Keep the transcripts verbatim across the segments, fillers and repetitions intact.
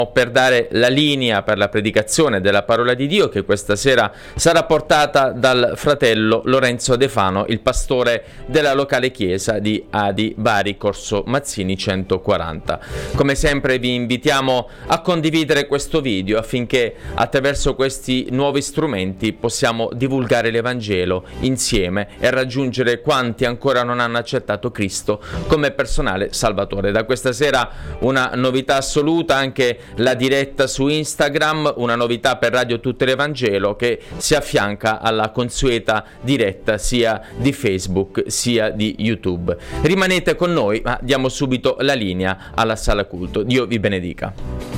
per dare la linea per la predicazione della parola di Dio, che questa sera sarà portata dal fratello Lorenzo De Fano, il pastore della locale chiesa di Adi Bari, Corso Mazzini centoquaranta. Come sempre vi invitiamo a condividere questo video affinché attraverso questi nuovi strumenti possiamo divulgare l'Evangelo insieme e raggiungere quanti ancora non hanno accettato Cristo come personale Salvatore. Da questa sera una novità assoluta, anche la diretta su Instagram, una novità per Radio Tutto l'Evangelo che si affianca alla consueta diretta sia di Facebook sia di YouTube. Rimanete con noi, ma diamo subito la linea alla sala culto. Dio vi benedica.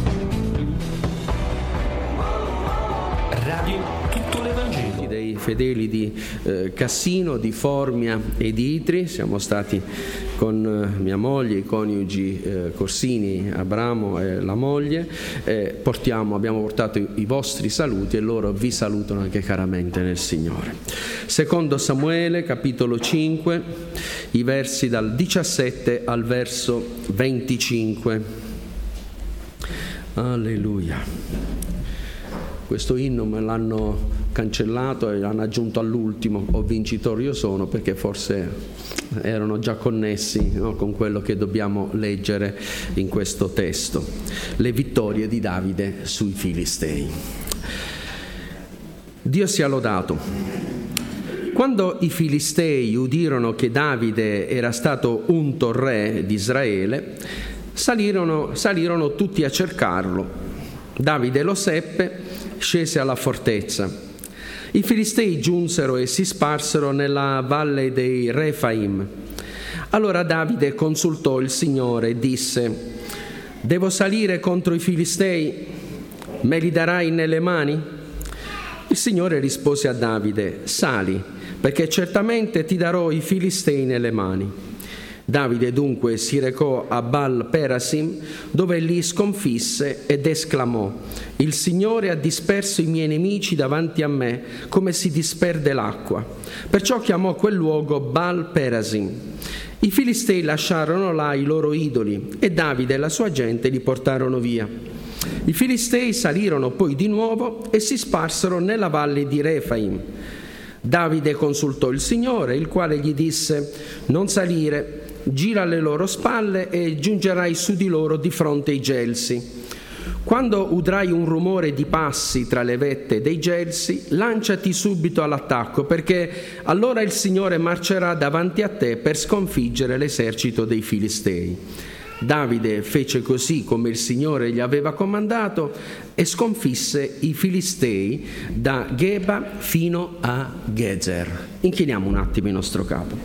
Radio Tutto l'Evangelo. Dei fedeli di eh, Cassino, di Formia e di Itri, siamo stati con mia moglie, i coniugi eh, Corsini, Abramo e la moglie, eh, portiamo, abbiamo portato i, i vostri saluti e loro vi salutano anche caramente nel Signore. Secondo Samuele, capitolo cinque, i versi dal diciassette al verso venticinque. Alleluia. Questo inno me l'hanno cancellato e l'hanno aggiunto all'ultimo, o vincitore io sono, perché forse erano già connessi, no, con quello che dobbiamo leggere in questo testo. Le vittorie di Davide sui Filistei. Dio sia lodato. Quando i Filistei udirono che Davide era stato unto re di Israele, salirono, salirono tutti a cercarlo. Davide lo seppe, scese alla fortezza. I Filistei giunsero e si sparsero nella valle dei Refaim. Allora Davide consultò il Signore e disse: devo salire contro i Filistei? Me li darai nelle mani? Il Signore rispose a Davide: sali, perché certamente ti darò i Filistei nelle mani. Davide dunque si recò a Baal Perasim, dove li sconfisse ed esclamò: il Signore ha disperso i miei nemici davanti a me, come si disperde l'acqua. Perciò chiamò quel luogo Baal Perasim. I Filistei lasciarono là i loro idoli e Davide e la sua gente li portarono via. I Filistei salirono poi di nuovo e si sparsero nella valle di Refaim. Davide consultò il Signore, il quale gli disse: non salire, gira alle loro spalle e giungerai su di loro di fronte ai gelsi. Quando udrai un rumore di passi tra le vette dei gelsi, lanciati subito all'attacco, perché allora il Signore marcerà davanti a te per sconfiggere l'esercito dei Filistei. Davide fece così come il Signore gli aveva comandato e sconfisse i Filistei da Geba fino a Gezer. Inchiniamo un attimo il nostro capo.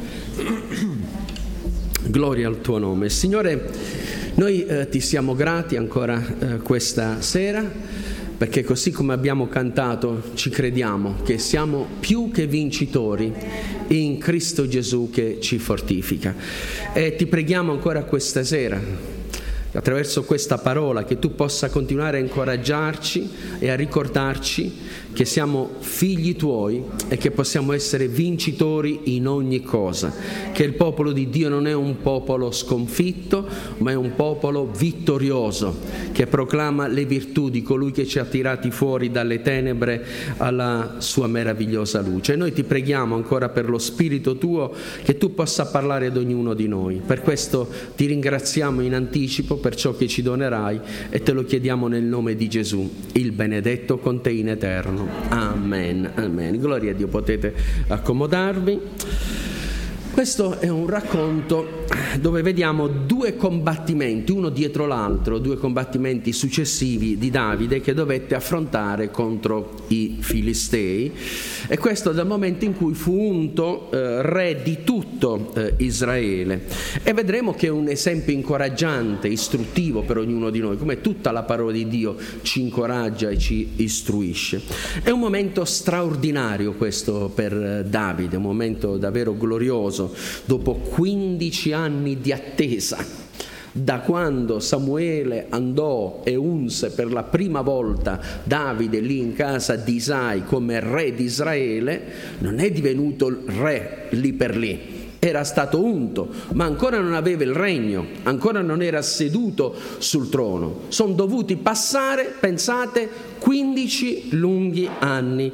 Gloria al tuo nome. Signore, noi eh, ti siamo grati ancora eh, questa sera, perché così come abbiamo cantato ci crediamo che siamo più che vincitori in Cristo Gesù che ci fortifica. E ti preghiamo ancora questa sera, attraverso questa parola, che tu possa continuare a incoraggiarci e a ricordarci che siamo figli tuoi e che possiamo essere vincitori in ogni cosa, che il popolo di Dio non è un popolo sconfitto, ma è un popolo vittorioso, che proclama le virtù di colui che ci ha tirati fuori dalle tenebre alla sua meravigliosa luce. E noi ti preghiamo ancora per lo Spirito tuo, che tu possa parlare ad ognuno di noi. Per questo ti ringraziamo in anticipo per ciò che ci donerai e te lo chiediamo nel nome di Gesù, il benedetto con te in eterno. Amen, amen. Gloria a Dio, potete accomodarvi. Questo è un racconto dove vediamo due combattimenti, uno dietro l'altro, due combattimenti successivi di Davide che dovette affrontare contro i Filistei, e questo dal momento in cui fu unto eh, re di tutto eh, Israele. E vedremo che è un esempio incoraggiante, istruttivo per ognuno di noi, come tutta la parola di Dio ci incoraggia e ci istruisce. È un momento straordinario questo per Davide, un momento davvero glorioso. Dopo quindici anni di attesa, da quando Samuele andò e unse per la prima volta Davide lì in casa di Isai come re di Israele, non è divenuto re lì per lì. era stato unto, ma ancora non aveva il regno, ancora non era seduto sul trono. Sono dovuti passare, pensate, quindici lunghi anni,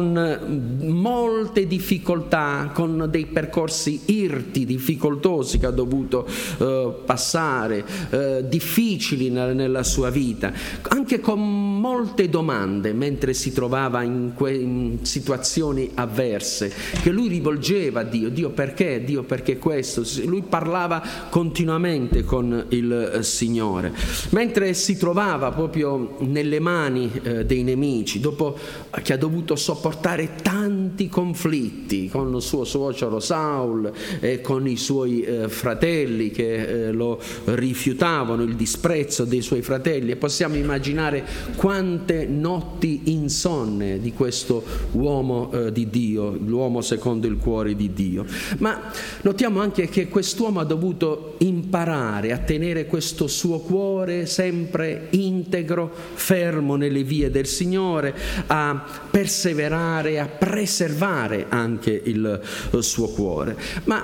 con molte difficoltà, con dei percorsi irti, difficoltosi che ha dovuto eh, passare, eh, difficili nella, nella sua vita, anche con molte domande mentre si trovava in, que- in situazioni avverse, che lui rivolgeva a Dio. Dio perché? Dio perché questo? Lui parlava continuamente con il Signore, mentre si trovava proprio nelle mani eh, dei nemici, dopo che ha dovuto sopportare tanti conflitti con il suo suocero Saul e con i suoi eh, fratelli che eh, lo rifiutavano, il disprezzo dei suoi fratelli, e possiamo immaginare quante notti insonne di questo uomo eh, di Dio, l'uomo secondo il cuore di Dio. Ma notiamo anche che quest'uomo ha dovuto imparare a tenere questo suo cuore sempre integro, fermo nelle vie del Signore, a perseverare, a preservare anche il, il suo cuore. Ma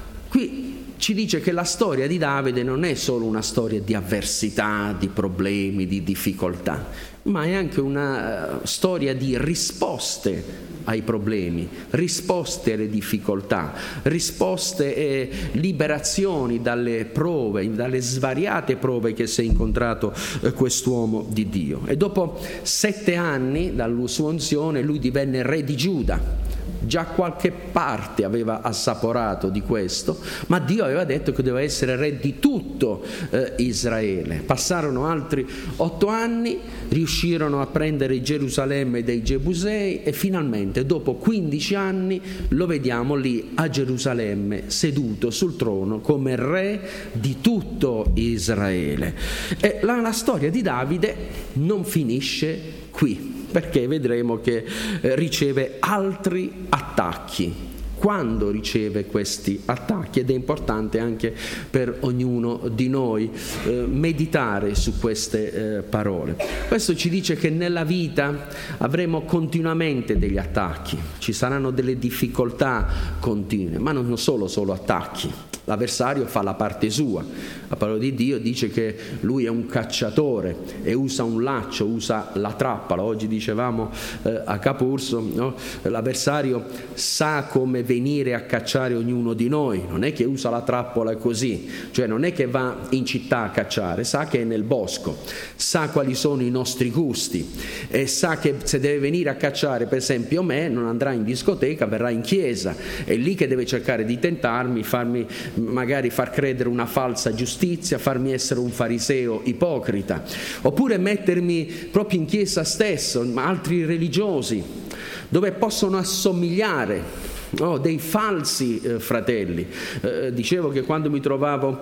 qui ci dice che la storia di Davide non è solo una storia di avversità, di problemi, di difficoltà, ma è anche una storia di risposte ai problemi, risposte alle difficoltà, risposte e liberazioni dalle prove, dalle svariate prove che si è incontrato eh, quest'uomo di Dio. E dopo sette anni dalla sua unzione lui divenne re di Giuda. Già qualche parte aveva assaporato di questo, ma Dio aveva detto che doveva essere re di tutto eh, Israele. Passarono altri otto anni, riuscirono a prendere Gerusalemme dai Gebusei e finalmente dopo quindici anni lo vediamo lì a Gerusalemme seduto sul trono come re di tutto Israele. E la, la storia di Davide non finisce qui, perché vedremo che eh, riceve altri attacchi. Quando riceve questi attacchi, ed è importante anche per ognuno di noi eh, meditare su queste eh, parole. Questo ci dice che nella vita avremo continuamente degli attacchi, ci saranno delle difficoltà continue, ma non solo solo attacchi. L'avversario fa la parte sua. La parola di Dio dice che lui è un cacciatore e usa un laccio, usa la trappola. Oggi dicevamo eh, a Capurso, no? L'avversario sa come venire a cacciare ognuno di noi, non è che usa la trappola così, cioè non è che va in città a cacciare, sa che è nel bosco, sa quali sono i nostri gusti e sa che se deve venire a cacciare per esempio me, non andrà in discoteca, verrà in chiesa, è lì che deve cercare di tentarmi, farmi magari far credere una falsa giustizia, farmi essere un fariseo ipocrita, oppure mettermi proprio in chiesa stesso, altri religiosi, dove possono assomigliare Oh, dei falsi eh, fratelli. Eh, dicevo che quando mi trovavo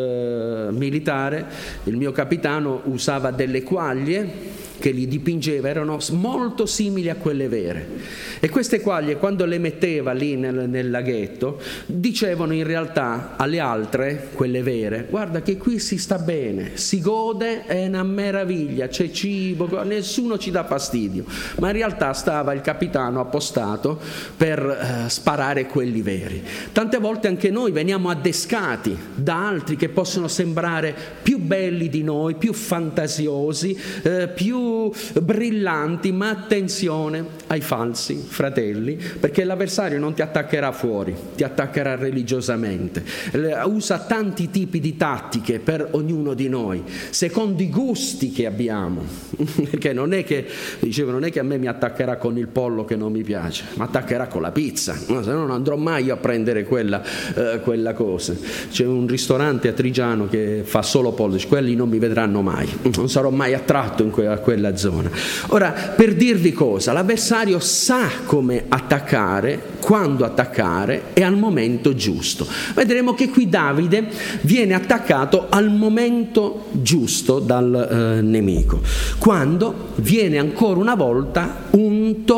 eh, militare, il mio capitano usava delle quaglie che li dipingeva, erano molto simili a quelle vere, e queste quaglie quando le metteva lì nel, nel laghetto dicevano in realtà alle altre, quelle vere: guarda che qui si sta bene, si gode, è una meraviglia, c'è cibo, nessuno ci dà fastidio, ma in realtà stava il capitano appostato per eh, sparare quelli veri. Tante volte anche noi veniamo addescati da altri che possono sembrare più belli di noi, più fantasiosi, eh, più brillanti, ma attenzione ai falsi fratelli, perché l'avversario non ti attaccherà fuori, ti attaccherà religiosamente. Usa tanti tipi di tattiche per ognuno di noi, secondo i gusti che abbiamo, perché non è che, dicevo, non è che a me mi attaccherà con il pollo che non mi piace, ma attaccherà con la pizza, no, se no non andrò mai a prendere quella, eh, quella cosa. C'è un ristorante a Trigiano che fa solo pollo, quelli non mi vedranno mai, non sarò mai attratto in quella, quella zona. Ora, per dirvi cosa, l'avversario sa come attaccare, quando attaccare e al momento giusto. Vedremo che qui Davide viene attaccato al momento giusto dal eh, nemico, quando viene ancora una volta unto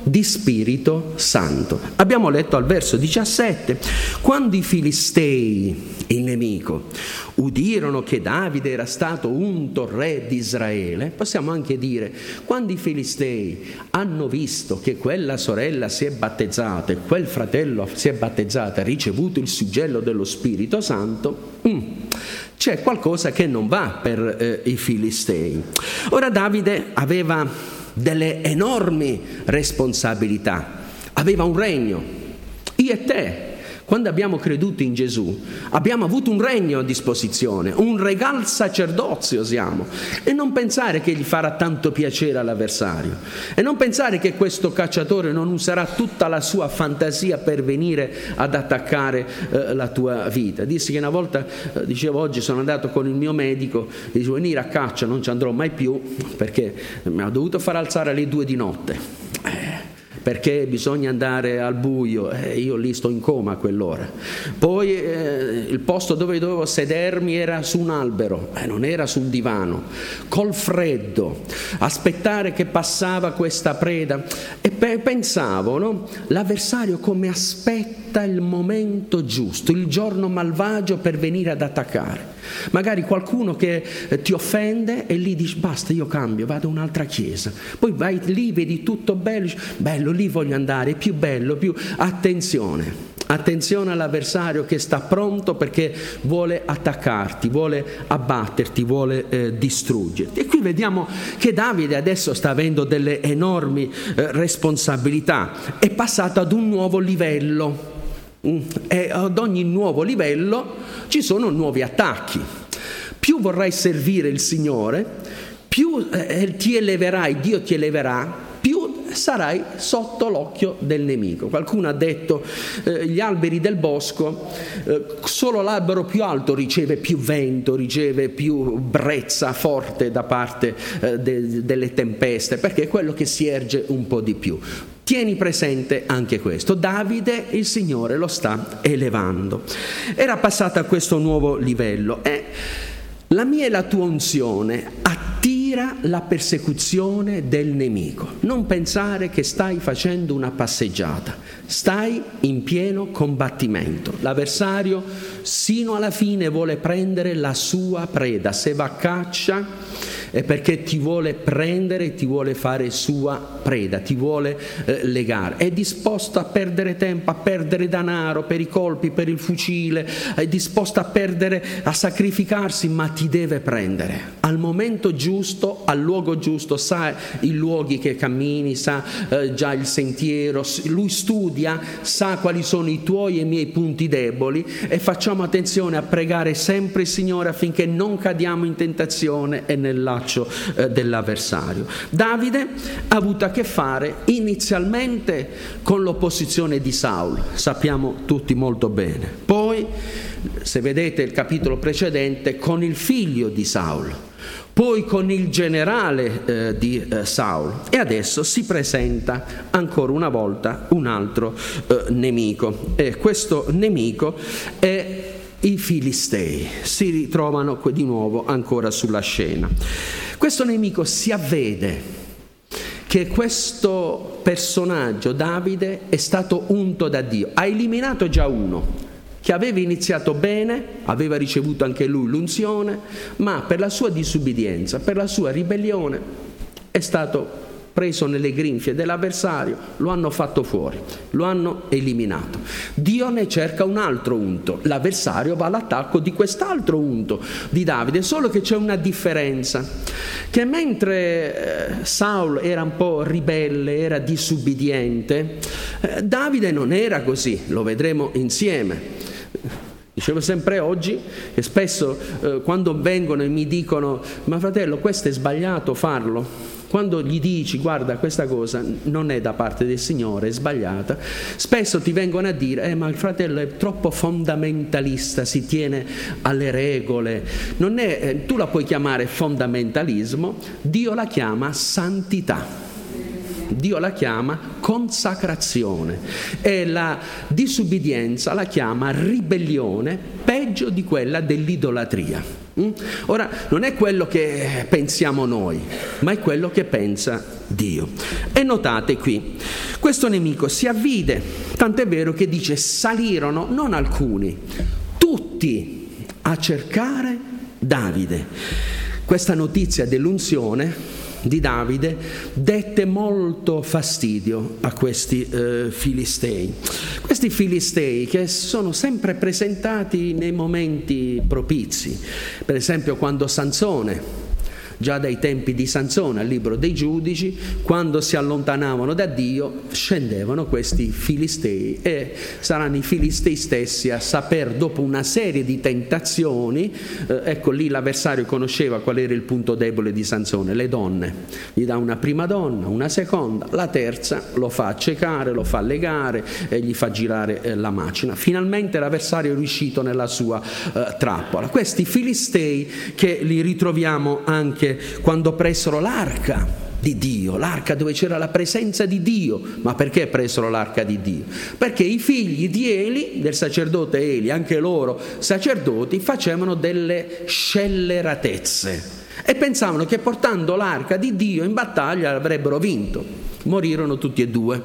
di Spirito Santo. Abbiamo letto al verso diciassette, quando i Filistei, il nemico, udirono che Davide era stato unto re di Israele, possiamo anche dire, quando i Filistei hanno visto che quella sorella si è battezzata e quel fratello si è battezzato e ha ricevuto il suggello dello Spirito Santo, mm, c'è qualcosa che non va per eh, i Filistei. Ora Davide aveva delle enormi responsabilità, aveva un regno. Io e te, quando abbiamo creduto in Gesù, abbiamo avuto un regno a disposizione, un regal sacerdozio siamo. E non pensare che gli farà tanto piacere all'avversario. E non pensare che questo cacciatore non userà tutta la sua fantasia per venire ad attaccare eh, la tua vita. Dissi che una volta, eh, dicevo oggi sono andato con il mio medico, gli dicevo venire a caccia, non ci andrò mai più, perché mi ha dovuto far alzare alle due di notte. Eh. Perché bisogna andare al buio, eh, io lì sto in coma a quell'ora. Poi eh, il posto dove dovevo sedermi era su un albero, eh, non era su un divano, col freddo, aspettare che passava questa preda. E pe- pensavo, no? L'avversario come aspetta il momento giusto, il giorno malvagio per venire ad attaccare. Magari qualcuno che eh, ti offende e lì dici basta, io cambio, vado a un'altra chiesa. Poi vai lì, vedi tutto bello, bello, lì voglio andare, è più bello, più attenzione. Attenzione all'avversario che sta pronto perché vuole attaccarti, vuole abbatterti, vuole eh, distruggerti. E qui vediamo che Davide adesso sta avendo delle enormi eh, responsabilità, è passato ad un nuovo livello. E ad ogni nuovo livello ci sono nuovi attacchi. Più vorrai servire il Signore, più eh, ti eleverai, Dio ti eleverà, più sarai sotto l'occhio del nemico. Qualcuno ha detto eh, gli alberi del bosco, eh, solo l'albero più alto riceve più vento, riceve più brezza forte da parte eh, de- delle tempeste, perché è quello che si erge un po' di più. Tieni presente anche questo. Davide, il Signore lo sta elevando. Era passato a questo nuovo livello. E la mia e la tua unzione attira la persecuzione del nemico. Non pensare che stai facendo una passeggiata. Stai in pieno combattimento. L'avversario sino alla fine vuole prendere la sua preda. Se va a caccia è perché ti vuole prendere, ti vuole fare sua preda, ti vuole eh, legare. È disposto a perdere tempo, a perdere denaro per i colpi, per il fucile, è disposto a perdere, a sacrificarsi, ma ti deve prendere. Al momento giusto, al luogo giusto, sa i luoghi che cammini, sa eh, già il sentiero, lui studia, sa quali sono i tuoi e i miei punti deboli, e facciamo attenzione a pregare sempre il Signore affinché non cadiamo in tentazione e nella dell'avversario. Davide ha avuto a che fare inizialmente con l'opposizione di Saul, sappiamo tutti molto bene. Poi, se vedete il capitolo precedente, con il figlio di Saul, poi con il generale eh, di eh, Saul, e adesso si presenta ancora una volta un altro eh, nemico, e questo nemico è i Filistei. Si ritrovano di nuovo ancora sulla scena. Questo nemico si avvede che questo personaggio, Davide, è stato unto da Dio. Ha eliminato già uno che aveva iniziato bene, aveva ricevuto anche lui l'unzione, ma per la sua disubbidienza, per la sua ribellione, è stato preso nelle grinfie dell'avversario, lo hanno fatto fuori, lo hanno eliminato. Dio ne cerca un altro unto, l'avversario va all'attacco di quest'altro unto di Davide, solo che c'è una differenza, che mentre eh, Saul era un po' ribelle, era disubbidiente, eh, Davide non era così, lo vedremo insieme. Dicevo sempre oggi che spesso eh, quando vengono e mi dicono ma fratello questo è sbagliato farlo, quando gli dici guarda questa cosa non è da parte del Signore, è sbagliata, spesso ti vengono a dire eh, ma il fratello è troppo fondamentalista, si tiene alle regole. Non è, eh, tu la puoi chiamare fondamentalismo, Dio la chiama santità. Dio la chiama consacrazione e la disubbidienza la chiama ribellione, peggio di quella dell'idolatria. Ora, non è quello che pensiamo noi, ma è quello che pensa Dio. E notate qui, questo nemico si avvide, tant'è vero che dice salirono non alcuni, tutti a cercare Davide. Questa notizia dell'unzione di Davide dette molto fastidio a questi eh, filistei. Questi filistei che sono sempre presentati nei momenti propizi, per esempio quando Sansone, già dai tempi di Sansone al libro dei Giudici, quando si allontanavano da Dio scendevano questi filistei, e saranno i filistei stessi a saper, dopo una serie di tentazioni, eh, ecco lì l'avversario conosceva qual era il punto debole di Sansone: le donne. Gli dà una prima donna, una seconda, la terza lo fa accecare, lo fa legare e gli fa girare eh, la macina. Finalmente l'avversario è riuscito nella sua eh, trappola. Questi filistei che li ritroviamo anche quando presero l'arca di Dio, l'arca dove c'era la presenza di Dio. Ma perché presero l'arca di Dio? Perché i figli di Eli, del sacerdote Eli, anche loro sacerdoti, facevano delle scelleratezze e pensavano che portando l'arca di Dio in battaglia avrebbero vinto. Morirono tutti e due,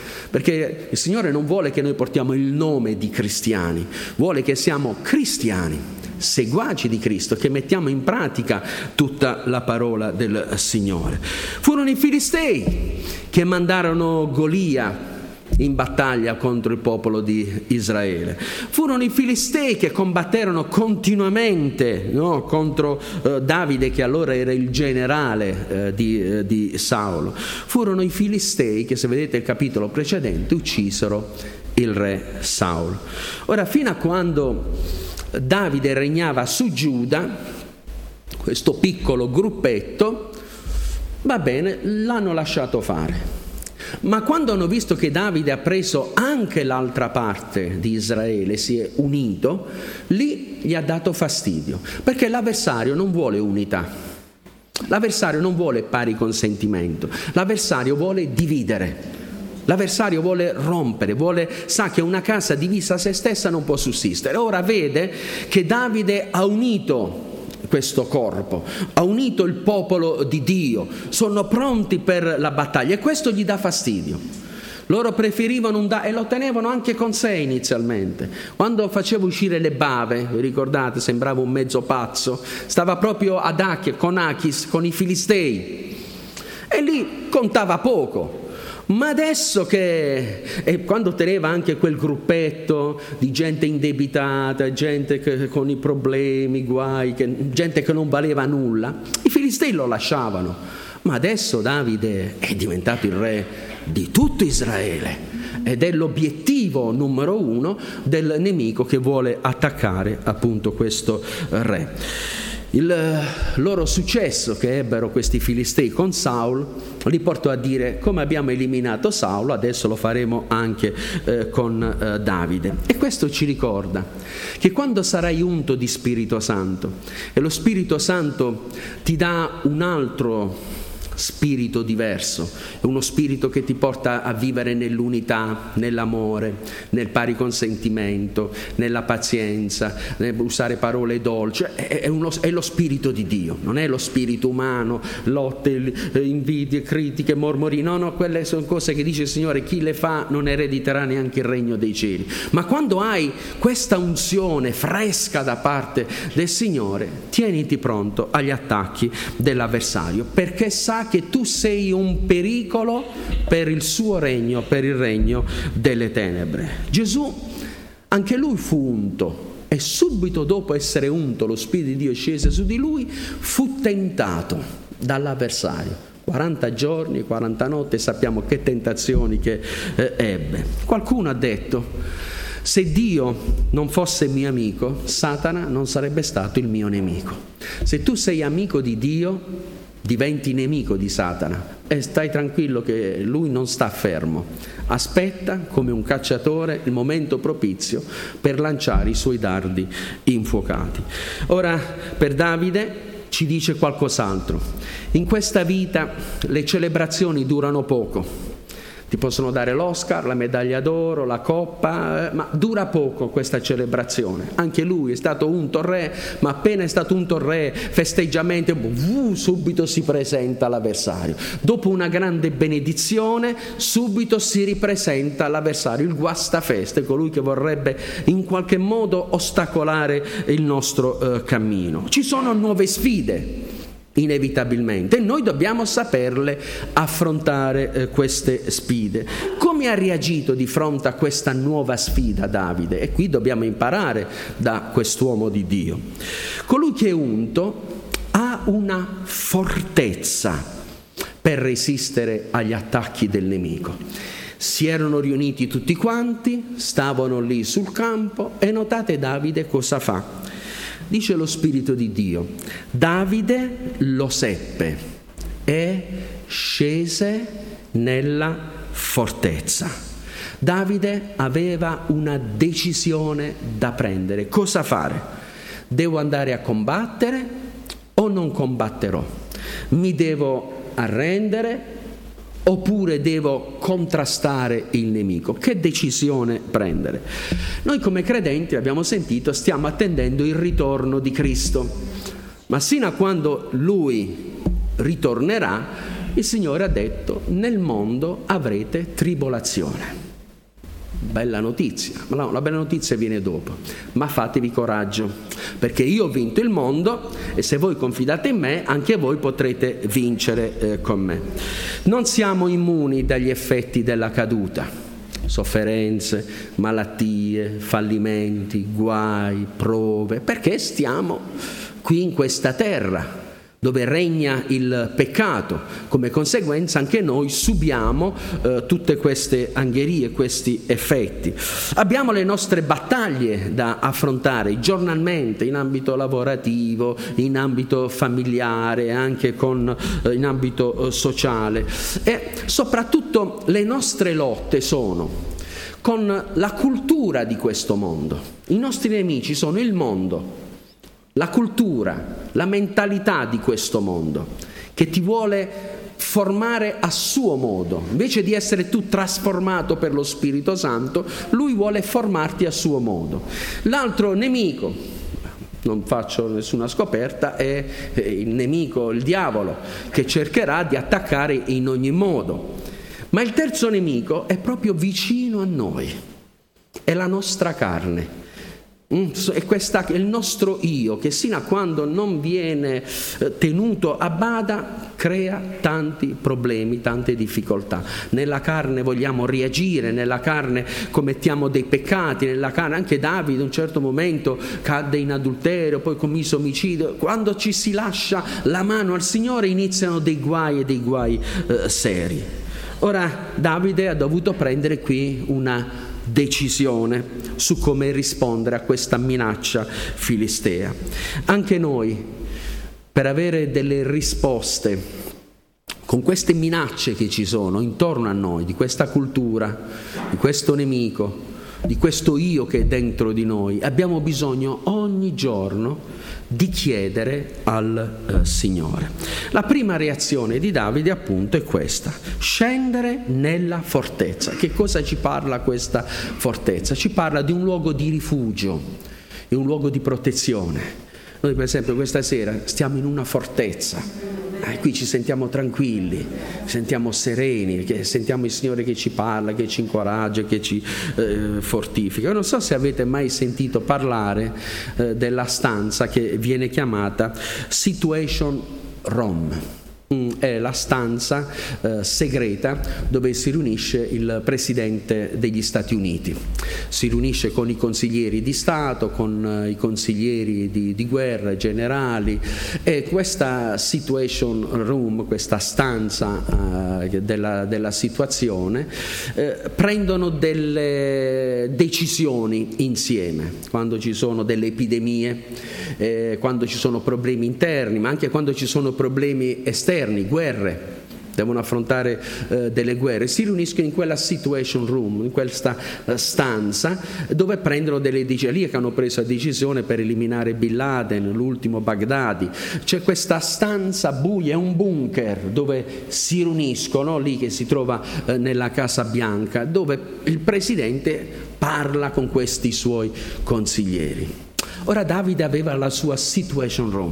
perché il Signore non vuole che noi portiamo il nome di cristiani, vuole che siamo cristiani, seguaci di Cristo, che mettiamo in pratica tutta la parola del Signore. Furono i filistei che mandarono Golia in battaglia contro il popolo di Israele. Furono i filistei che combatterono continuamente, no, contro eh, Davide, che allora era il generale eh, di, eh, di Saulo. Furono i filistei che, se vedete il capitolo precedente, uccisero il re Saulo. Ora, fino a quando Davide regnava su Giuda, questo piccolo gruppetto, va bene, l'hanno lasciato fare. Ma quando hanno visto che Davide ha preso anche l'altra parte di Israele, si è unito, lì gli ha dato fastidio, perché l'avversario non vuole unità, l'avversario non vuole pari consentimento, l'avversario vuole dividere. L'avversario vuole rompere, vuole, sa che una casa divisa a se stessa non può sussistere. Ora vede che Davide ha unito questo corpo, ha unito il popolo di Dio, sono pronti per la battaglia, e questo gli dà fastidio. Loro preferivano un da- e lo tenevano anche con sé inizialmente. Quando faceva uscire le bave, vi ricordate, sembrava un mezzo pazzo, stava proprio ad Achia, con Achis, con i filistei, e lì contava poco. Ma adesso che, e quando teneva anche quel gruppetto di gente indebitata, gente che, con i problemi, guai, che, gente che non valeva nulla, i filistei lo lasciavano. Ma adesso Davide è diventato il re di tutto Israele ed è l'obiettivo numero uno del nemico che vuole attaccare appunto questo re. Il loro successo che ebbero questi filistei con Saulo li portò a dire: come abbiamo eliminato Saulo, adesso lo faremo anche eh, con eh, Davide. E questo ci ricorda che quando sarai unto di Spirito Santo e lo Spirito Santo ti dà un altro spirito diverso, è uno spirito che ti porta a vivere nell'unità, nell'amore, nel pari consentimento, nella pazienza, nell'usare parole dolci, è, è, uno, è lo spirito di Dio, non è lo spirito umano, lotte, invidie, critiche, mormori, no, no, quelle sono cose che dice il Signore, chi le fa non erediterà neanche il regno dei cieli. Ma quando hai questa unzione fresca da parte del Signore, tieniti pronto agli attacchi dell'avversario, perché sa che tu sei un pericolo per il suo regno, per il regno delle tenebre. Gesù, anche lui fu unto, e subito dopo essere unto, lo Spirito di Dio scese su di lui, fu tentato dall'avversario. quaranta giorni, quaranta notti, sappiamo che tentazioni che eh, ebbe. Qualcuno ha detto: se Dio non fosse mio amico, Satana non sarebbe stato il mio nemico. Se tu sei amico di Dio, diventi nemico di Satana, e stai tranquillo che lui non sta fermo, aspetta come un cacciatore il momento propizio per lanciare i suoi dardi infuocati. Ora, per Davide ci dice qualcos'altro: in questa vita le celebrazioni durano poco, Ti possono dare l'Oscar, la medaglia d'oro, la coppa, eh, ma dura poco questa celebrazione. Anche lui è stato unto re, ma appena è stato unto re, festeggiamento, uh, subito si presenta l'avversario. Dopo una grande benedizione, subito si ripresenta l'avversario, il guastafeste, colui che vorrebbe in qualche modo ostacolare il nostro eh, cammino. Ci sono nuove sfide, inevitabilmente, e noi dobbiamo saperle affrontare eh, queste sfide. Come ha reagito di fronte a questa nuova sfida Davide? E qui dobbiamo imparare da quest'uomo di Dio. Colui che è unto ha una fortezza per resistere agli attacchi del nemico. Si erano riuniti tutti quanti, stavano lì sul campo e notate Davide cosa fa. Dice lo Spirito di Dio, Davide lo seppe e scese nella fortezza. Davide aveva una decisione da prendere. Cosa fare? Devo andare a combattere o non combatterò? Mi devo arrendere oppure devo contrastare il nemico? Che decisione prendere? Noi come credenti, abbiamo sentito, stiamo attendendo il ritorno di Cristo, ma sino a quando Lui ritornerà, il Signore ha detto: nel mondo avrete tribolazione. Bella notizia, ma no, la bella notizia viene dopo. Ma fatevi coraggio, perché io ho vinto il mondo e se voi confidate in me, anche voi potrete vincere eh, con me. Non siamo immuni dagli effetti della caduta, sofferenze, malattie, fallimenti, guai, prove, perché stiamo qui in questa terra dove regna il peccato. Come conseguenza anche noi subiamo eh, tutte queste angherie, questi effetti. Abbiamo le nostre battaglie da affrontare giornalmente in ambito lavorativo, in ambito familiare, anche con, eh, in ambito eh, sociale, e soprattutto le nostre lotte sono con la cultura di questo mondo. I nostri nemici sono il mondo, la cultura, la mentalità di questo mondo, che ti vuole formare a suo modo. Invece di essere tu trasformato per lo Spirito Santo, lui vuole formarti a suo modo. L'altro nemico, non faccio nessuna scoperta, è il nemico, il diavolo, che cercherà di attaccare in ogni modo. Ma il terzo nemico è proprio vicino a noi, è la nostra carne. È questa, il nostro io, che sino a quando non viene tenuto a bada crea tanti problemi, tante difficoltà. Nella carne vogliamo reagire, nella carne commettiamo dei peccati, nella carne anche Davide a un certo momento cadde in adulterio, poi commise omicidio. Quando ci si lascia la mano al Signore iniziano dei guai e dei guai eh, seri. Ora Davide ha dovuto prendere qui una decisione su come rispondere a questa minaccia filistea. Anche noi, per avere delle risposte con queste minacce che ci sono intorno a noi, di questa cultura, di questo nemico, di questo io che è dentro di noi, abbiamo bisogno ogni giorno di chiedere al eh, Signore. La prima reazione di Davide appunto è questa: scendere nella fortezza. Che cosa ci parla questa fortezza? Ci parla di un luogo di rifugio, di un luogo di protezione. Noi per esempio questa sera stiamo in una fortezza. Eh, qui ci sentiamo tranquilli, sentiamo sereni, che sentiamo il Signore che ci parla, che ci incoraggia, che ci eh, fortifica. Io non so se avete mai sentito parlare eh, della stanza che viene chiamata Situation Room. È la stanza eh, segreta dove si riunisce il Presidente degli Stati Uniti. Si riunisce con i consiglieri di Stato, con eh, i consiglieri di, di guerra, i generali, e questa situation room, questa stanza eh, della, della situazione, eh, prendono delle decisioni insieme quando ci sono delle epidemie, eh, quando ci sono problemi interni, ma anche quando ci sono problemi esterni, guerre. devono affrontare eh, delle guerre, si riuniscono in quella situation room, in questa eh, stanza dove prendono delle decisioni, lì che hanno preso la decisione per eliminare Bin Laden, l'ultimo Baghdadi. C'è questa stanza buia, è un bunker dove si riuniscono, lì che si trova eh, nella Casa Bianca, dove il presidente parla con questi suoi consiglieri. Ora Davide aveva la sua situation room,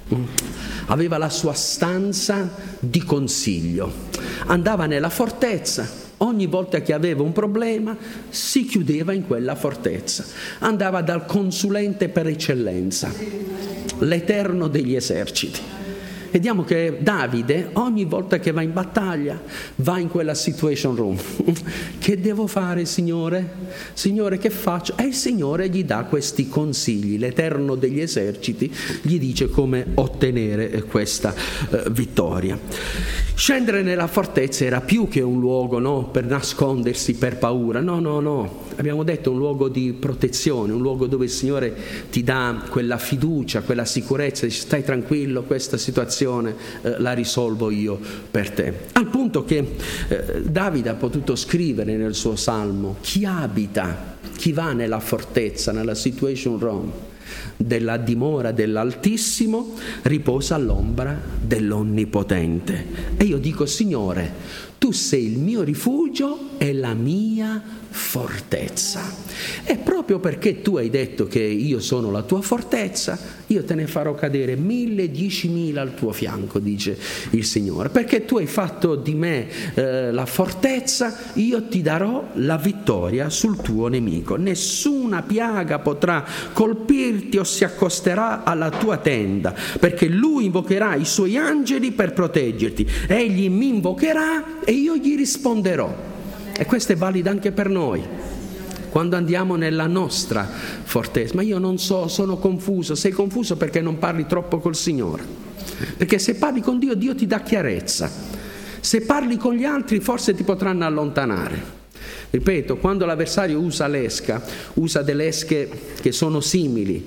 aveva la sua stanza di consiglio, andava nella fortezza, ogni volta che aveva un problema si chiudeva in quella fortezza, andava dal consulente per eccellenza, l'Eterno degli eserciti. Vediamo che Davide ogni volta che va in battaglia va in quella situation room. Che devo fare, Signore? Signore, che faccio? E il Signore gli dà questi consigli. L'Eterno degli eserciti gli dice come ottenere questa eh, vittoria. Scendere nella fortezza era più che un luogo, no, per nascondersi per paura. No, no, no. Abbiamo detto un luogo di protezione, un luogo dove il Signore ti dà quella fiducia, quella sicurezza, dice stai tranquillo, questa situazione eh, la risolvo io per te. Al punto che eh, Davide ha potuto scrivere nel suo salmo: chi abita, chi va nella fortezza, nella situation room della dimora dell'Altissimo, riposa all'ombra dell'Onnipotente. E io dico: Signore, tu sei il mio rifugio e la mia fortezza. E proprio perché tu hai detto che io sono la tua fortezza, io te ne farò cadere mille, diecimila al tuo fianco, dice il Signore. Perché tu hai fatto di me eh, la fortezza, io ti darò la vittoria sul tuo nemico. Nessuna piaga potrà colpirti o si accosterà alla tua tenda, perché lui invocherà i suoi angeli per proteggerti. Egli mi invocherà e io gli risponderò. E questo è valido anche per noi. Quando andiamo nella nostra fortezza, ma io non so, sono confuso. Sei confuso perché non parli troppo col Signore. Perché se parli con Dio, Dio ti dà chiarezza. Se parli con gli altri, forse ti potranno allontanare. Ripeto, quando l'avversario usa l'esca, usa delle esche che sono simili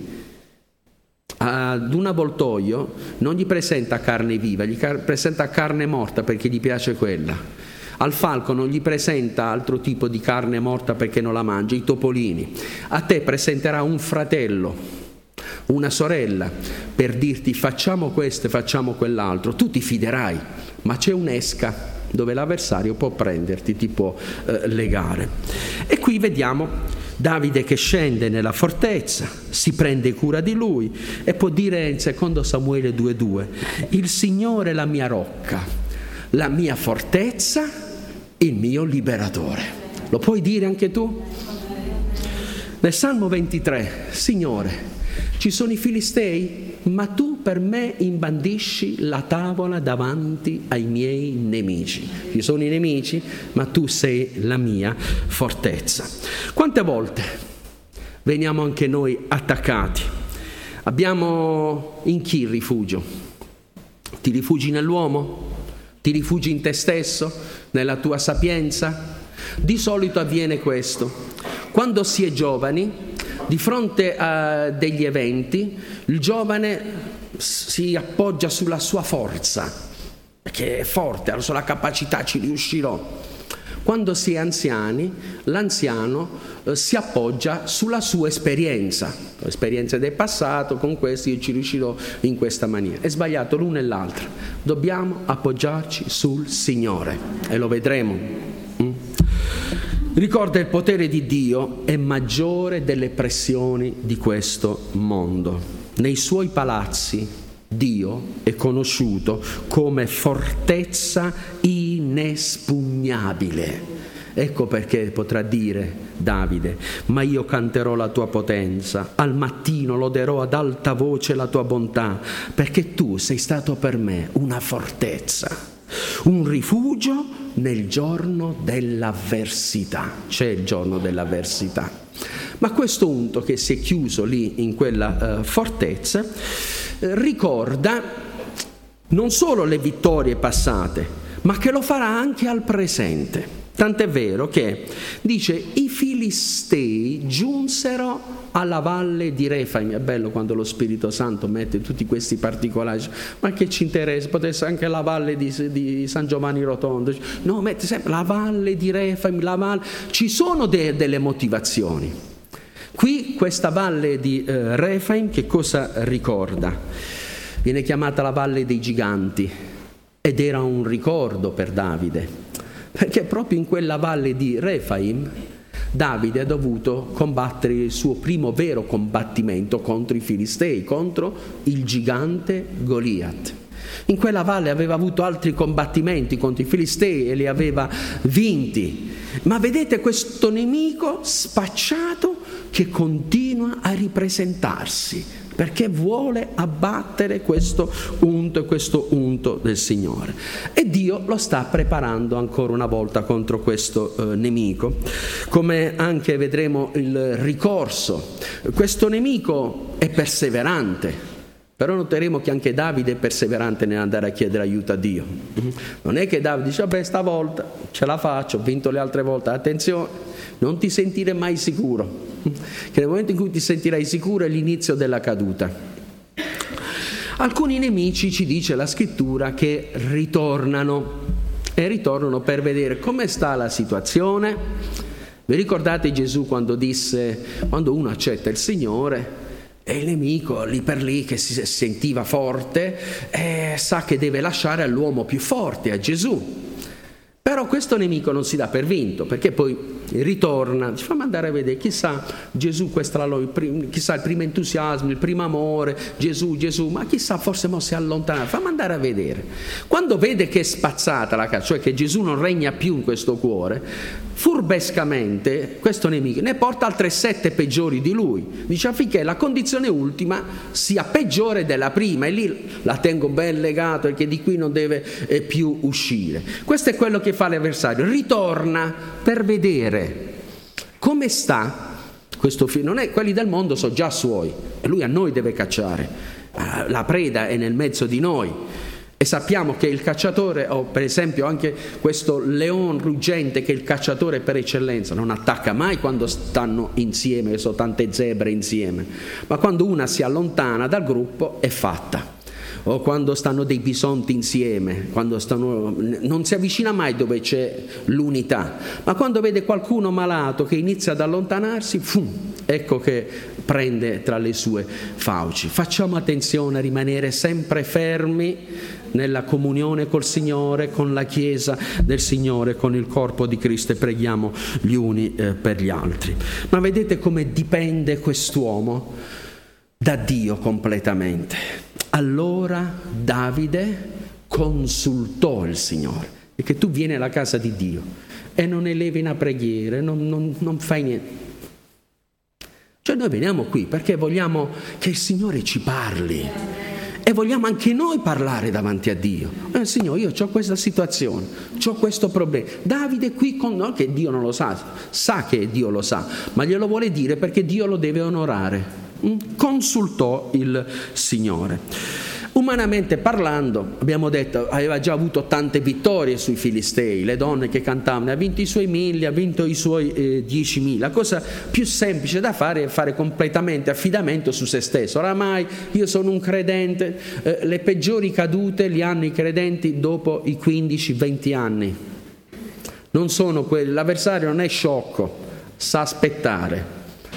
ad un avvoltoio, non gli presenta carne viva, gli presenta carne morta perché gli piace quella. Al falco non gli presenta altro tipo di carne morta perché non la mangia, i topolini. A te presenterà un fratello, una sorella, per dirti facciamo questo e facciamo quell'altro. Tu ti fiderai, ma c'è un'esca dove l'avversario può prenderti, ti può eh, legare. E qui vediamo Davide che scende nella fortezza, si prende cura di lui e può dire in secondo Samuele due due: il Signore è la mia rocca, la mia fortezza, il mio liberatore. Lo puoi dire anche tu? Nel Salmo ventitré: Signore, ci sono i Filistei, ma tu per me imbandisci la tavola davanti ai miei nemici. Ci sono i nemici, ma tu sei la mia fortezza. Quante volte veniamo anche noi attaccati? Abbiamo in chi il rifugio? Ti rifugi nell'uomo? Ti rifugi in te stesso? Nella tua sapienza? Di solito avviene questo. Quando si è giovani, di fronte a degli eventi, il giovane si appoggia sulla sua forza, perché è forte, ha la sua capacità, ci riuscirò. Quando si è anziani, l'anziano eh, si appoggia sulla sua esperienza, l'esperienza del passato, con questo io ci riuscirò in questa maniera. È sbagliato l'uno e l'altro. Dobbiamo appoggiarci sul Signore e lo vedremo. Mm? Ricorda, il potere di Dio è maggiore delle pressioni di questo mondo. Nei suoi palazzi Dio è conosciuto come fortezza inespugnabile. Ecco perché potrà dire Davide: ma io canterò la tua potenza, al mattino loderò ad alta voce la tua bontà, perché tu sei stato per me una fortezza, un rifugio nel giorno dell'avversità. C'è il giorno dell'avversità. Ma questo unto che si è chiuso lì in quella uh, fortezza eh, ricorda non solo le vittorie passate, ma che lo farà anche al presente. Tant'è vero che, dice, i Filistei giunsero alla valle di Refaim. È bello quando lo Spirito Santo mette tutti questi particolari. Ma che ci interessa? Potesse anche la valle di, di San Giovanni Rotondo. No, mette sempre la valle di Refaim, la valle. Ci sono de, delle motivazioni. Qui questa valle di eh, Refaim che cosa ricorda? Viene chiamata la valle dei giganti ed era un ricordo per Davide. Perché proprio in quella valle di Refaim Davide ha dovuto combattere il suo primo vero combattimento contro i Filistei, contro il gigante Goliat. In quella valle aveva avuto altri combattimenti contro i Filistei e li aveva vinti. Ma vedete questo nemico spacciato che continua a ripresentarsi, perché vuole abbattere questo unto e questo unto del Signore. E Dio lo sta preparando ancora una volta contro questo eh, nemico, come anche vedremo il ricorso. Questo nemico è perseverante, però noteremo che anche Davide è perseverante nell'andare a chiedere aiuto a Dio. Non è che Davide dice, vabbè, stavolta ce la faccio, ho vinto le altre volte. Attenzione, non ti sentire mai sicuro, che nel momento in cui ti sentirai sicuro è l'inizio della caduta. Alcuni nemici, ci dice la scrittura, che ritornano e ritornano per vedere come sta la situazione. Vi ricordate Gesù quando disse, quando uno accetta il Signore e il nemico lì per lì che si sentiva forte eh, sa che deve lasciare all'uomo più forte, a Gesù. Però questo nemico non si dà per vinto, perché poi ritorna, ci fammi andare a vedere, chissà Gesù, questa la, chissà il primo entusiasmo, il primo amore, Gesù, Gesù, ma chissà forse mo si è allontanato, fammi andare a vedere. Quando vede che è spazzata la casa, cioè che Gesù non regna più in questo cuore, furbescamente questo nemico ne porta altre sette peggiori di lui, dice affinché la condizione ultima sia peggiore della prima, e lì la tengo ben legato perché di qui non deve eh, più uscire. Questo è quello che fa l'avversario, ritorna per vedere come sta questo figlio. Non è, quelli del mondo sono già suoi e lui a noi deve cacciare, la preda è nel mezzo di noi. E sappiamo che il cacciatore, o per esempio anche questo leone ruggente che è il cacciatore per eccellenza, non attacca mai quando stanno insieme, sono tante zebre insieme, ma quando una si allontana dal gruppo è fatta. O quando stanno dei bisonti insieme, quando stanno, non si avvicina mai dove c'è l'unità, ma quando vede qualcuno malato che inizia ad allontanarsi, fum, ecco che prende tra le sue fauci. Facciamo attenzione a rimanere sempre fermi nella comunione col Signore, con la Chiesa del Signore, con il corpo di Cristo, e preghiamo gli uni eh, per gli altri. Ma vedete come dipende quest'uomo da Dio completamente. Allora Davide consultò il Signore, perché tu vieni alla casa di Dio e non elevi una preghiera, non, non, non fai niente. Cioè noi veniamo qui perché vogliamo che il Signore ci parli e vogliamo anche noi parlare davanti a Dio. Eh, Signore, io ho questa situazione, ho questo problema. Davide qui con noi, che Dio non lo sa, sa che Dio lo sa, ma glielo vuole dire perché Dio lo deve onorare. Consultò il Signore. Umanamente parlando, abbiamo detto, aveva già avuto tante vittorie sui Filistei, le donne che cantavano, ha vinto i suoi mille, ha vinto i suoi eh, diecimila. La cosa più semplice da fare è fare completamente affidamento su se stesso. Oramai io sono un credente, eh, le peggiori cadute li hanno i credenti dopo i quindici venti anni. Non sono quelli, l'avversario non è sciocco, sa aspettare.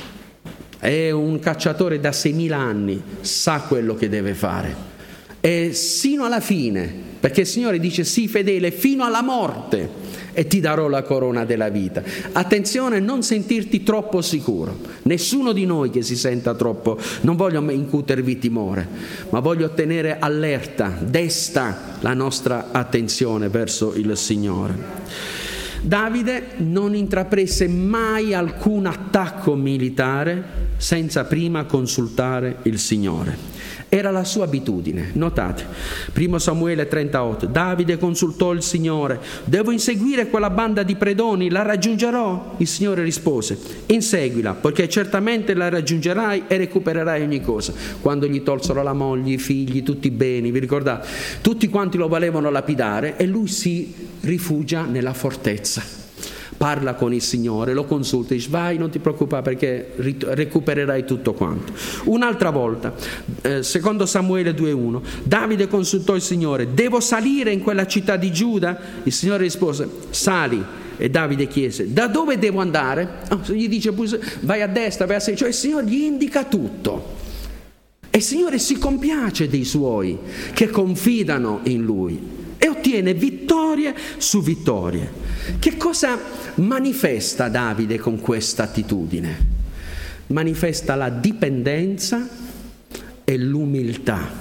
È un cacciatore da seimila anni, sa quello che deve fare. E sino alla fine, perché il Signore dice sii fedele fino alla morte e ti darò la corona della vita. Attenzione a non sentirti troppo sicuro. Nessuno di noi che si senta troppo, non voglio incutervi timore, ma voglio tenere allerta, desta la nostra attenzione verso il Signore. Davide non intraprese mai alcun attacco militare senza prima consultare il Signore. Era la sua abitudine. Notate, primo Samuele trentaotto, Davide consultò il Signore, devo inseguire quella banda di predoni, la raggiungerò? Il Signore rispose, inseguila, perché certamente la raggiungerai e recupererai ogni cosa. Quando gli tolsero la moglie, i figli, tutti i beni, vi ricordate? Tutti quanti lo volevano lapidare e lui si rifugia nella fortezza. parla con il Signore, lo consulta, dice vai, non ti preoccupare perché recupererai tutto quanto. Un'altra volta, eh, secondo Samuele due uno, Davide consultò il Signore, devo salire in quella città di Giuda? Il Signore rispose, sali. E Davide chiese, da dove devo andare? Oh, gli dice, vai a destra, vai a sinistra, cioè il Signore gli indica tutto. E il Signore si compiace dei suoi che confidano in Lui e ottiene vittorie su vittorie. Che cosa manifesta Davide con questa attitudine? Manifesta la dipendenza e l'umiltà.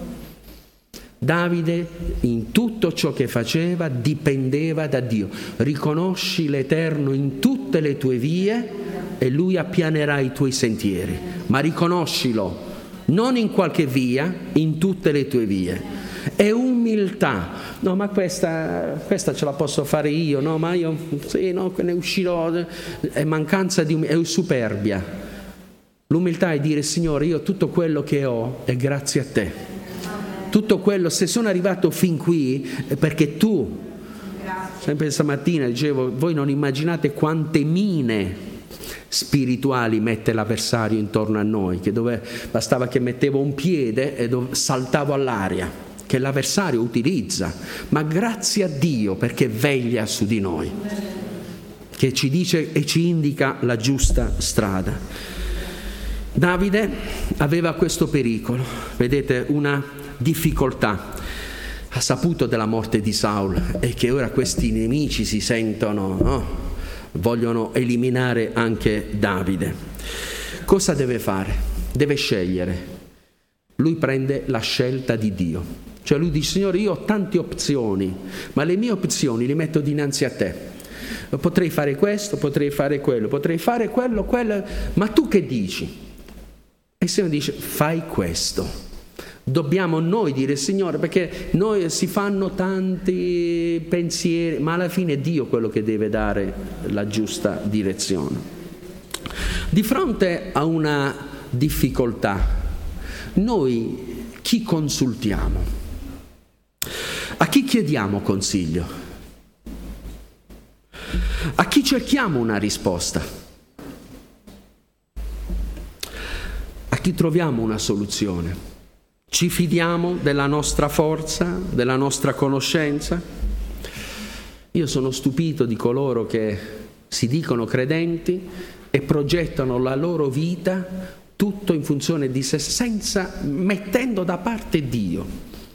Davide in tutto ciò che faceva dipendeva da Dio. Riconosci l'Eterno in tutte le tue vie e Lui appianerà i tuoi sentieri. Ma riconoscilo non in qualche via, in tutte le tue vie. È umiltà. No, ma questa, questa ce la posso fare io. No, ma io sì, no, ne uscirò. È mancanza di umiltà, è superbia. L'umiltà è dire, Signore, io tutto quello che ho è grazie a Te. Tutto quello, se sono arrivato fin qui è perché tu, sempre stamattina dicevo, voi non immaginate quante mine spirituali mette l'avversario intorno a noi, che dove bastava che mettevo un piede e dove saltavo all'aria, che l'avversario utilizza, ma grazie a Dio perché veglia su di noi, che ci dice e ci indica la giusta strada. Davide aveva questo pericolo, vedete, una difficoltà, ha saputo della morte di Saul e che ora questi nemici si sentono, no? Vogliono eliminare anche Davide. Cosa deve fare? Deve scegliere. Lui prende la scelta di Dio, cioè lui dice, Signore, io ho tante opzioni, ma le mie opzioni le metto dinanzi a Te. Potrei fare questo, potrei fare quello, potrei fare quello, quello, ma tu che dici? E il Signore dice, fai questo. Dobbiamo noi dire, Signore, perché noi si fanno tanti pensieri, ma alla fine è Dio quello che deve dare la giusta direzione. Di fronte a una difficoltà, noi chi consultiamo? A chi chiediamo consiglio? A chi cerchiamo una risposta? A chi troviamo una soluzione? Ci fidiamo della nostra forza, della nostra conoscenza? Io sono stupito di coloro che si dicono credenti e progettano la loro vita tutto in funzione di se, senza, mettendo da parte Dio.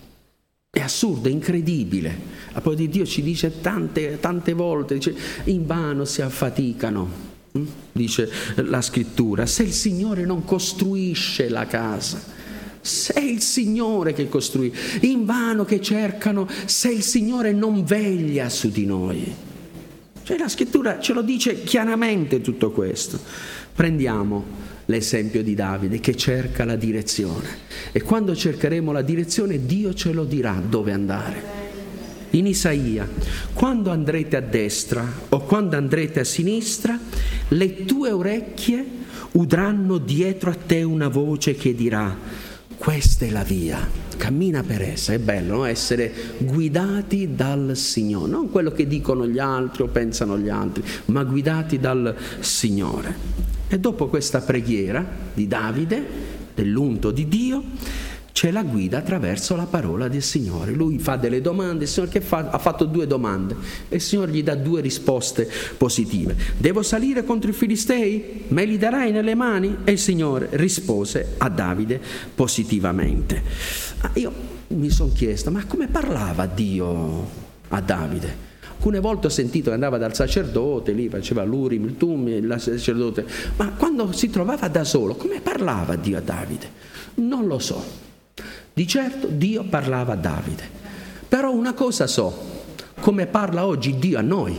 È assurdo, è incredibile. La parola di Dio ci dice tante, tante volte, dice, invano si affaticano, dice la scrittura, se il Signore non costruisce la casa. Se il Signore che costruisce, invano che cercano, se il Signore non veglia su di noi. Cioè la scrittura ce lo dice chiaramente tutto questo. Prendiamo l'esempio di Davide che cerca la direzione e quando cercheremo la direzione Dio ce lo dirà dove andare. In Isaia, quando andrete a destra o quando andrete a sinistra, le tue orecchie udranno dietro a te una voce che dirà: questa è la via, cammina per essa. È bello, no? Essere guidati dal Signore, non quello che dicono gli altri o pensano gli altri, ma guidati dal Signore. E dopo questa preghiera di Davide, dell'unto di Dio, c'è la guida attraverso la parola del Signore. Lui fa delle domande, il Signore che fa? Ha fatto due domande e il Signore gli dà due risposte positive. Devo salire contro i Filistei? Me li darai nelle mani? E il Signore rispose a Davide positivamente. Ah, io mi sono chiesto, ma come parlava Dio a Davide? Alcune volte ho sentito che andava dal sacerdote, lì faceva l'Urim, il Tumim, il sacerdote, ma quando si trovava da solo, come parlava Dio a Davide? Non lo so. Di certo Dio parlava a Davide, però una cosa so, come parla oggi Dio a noi.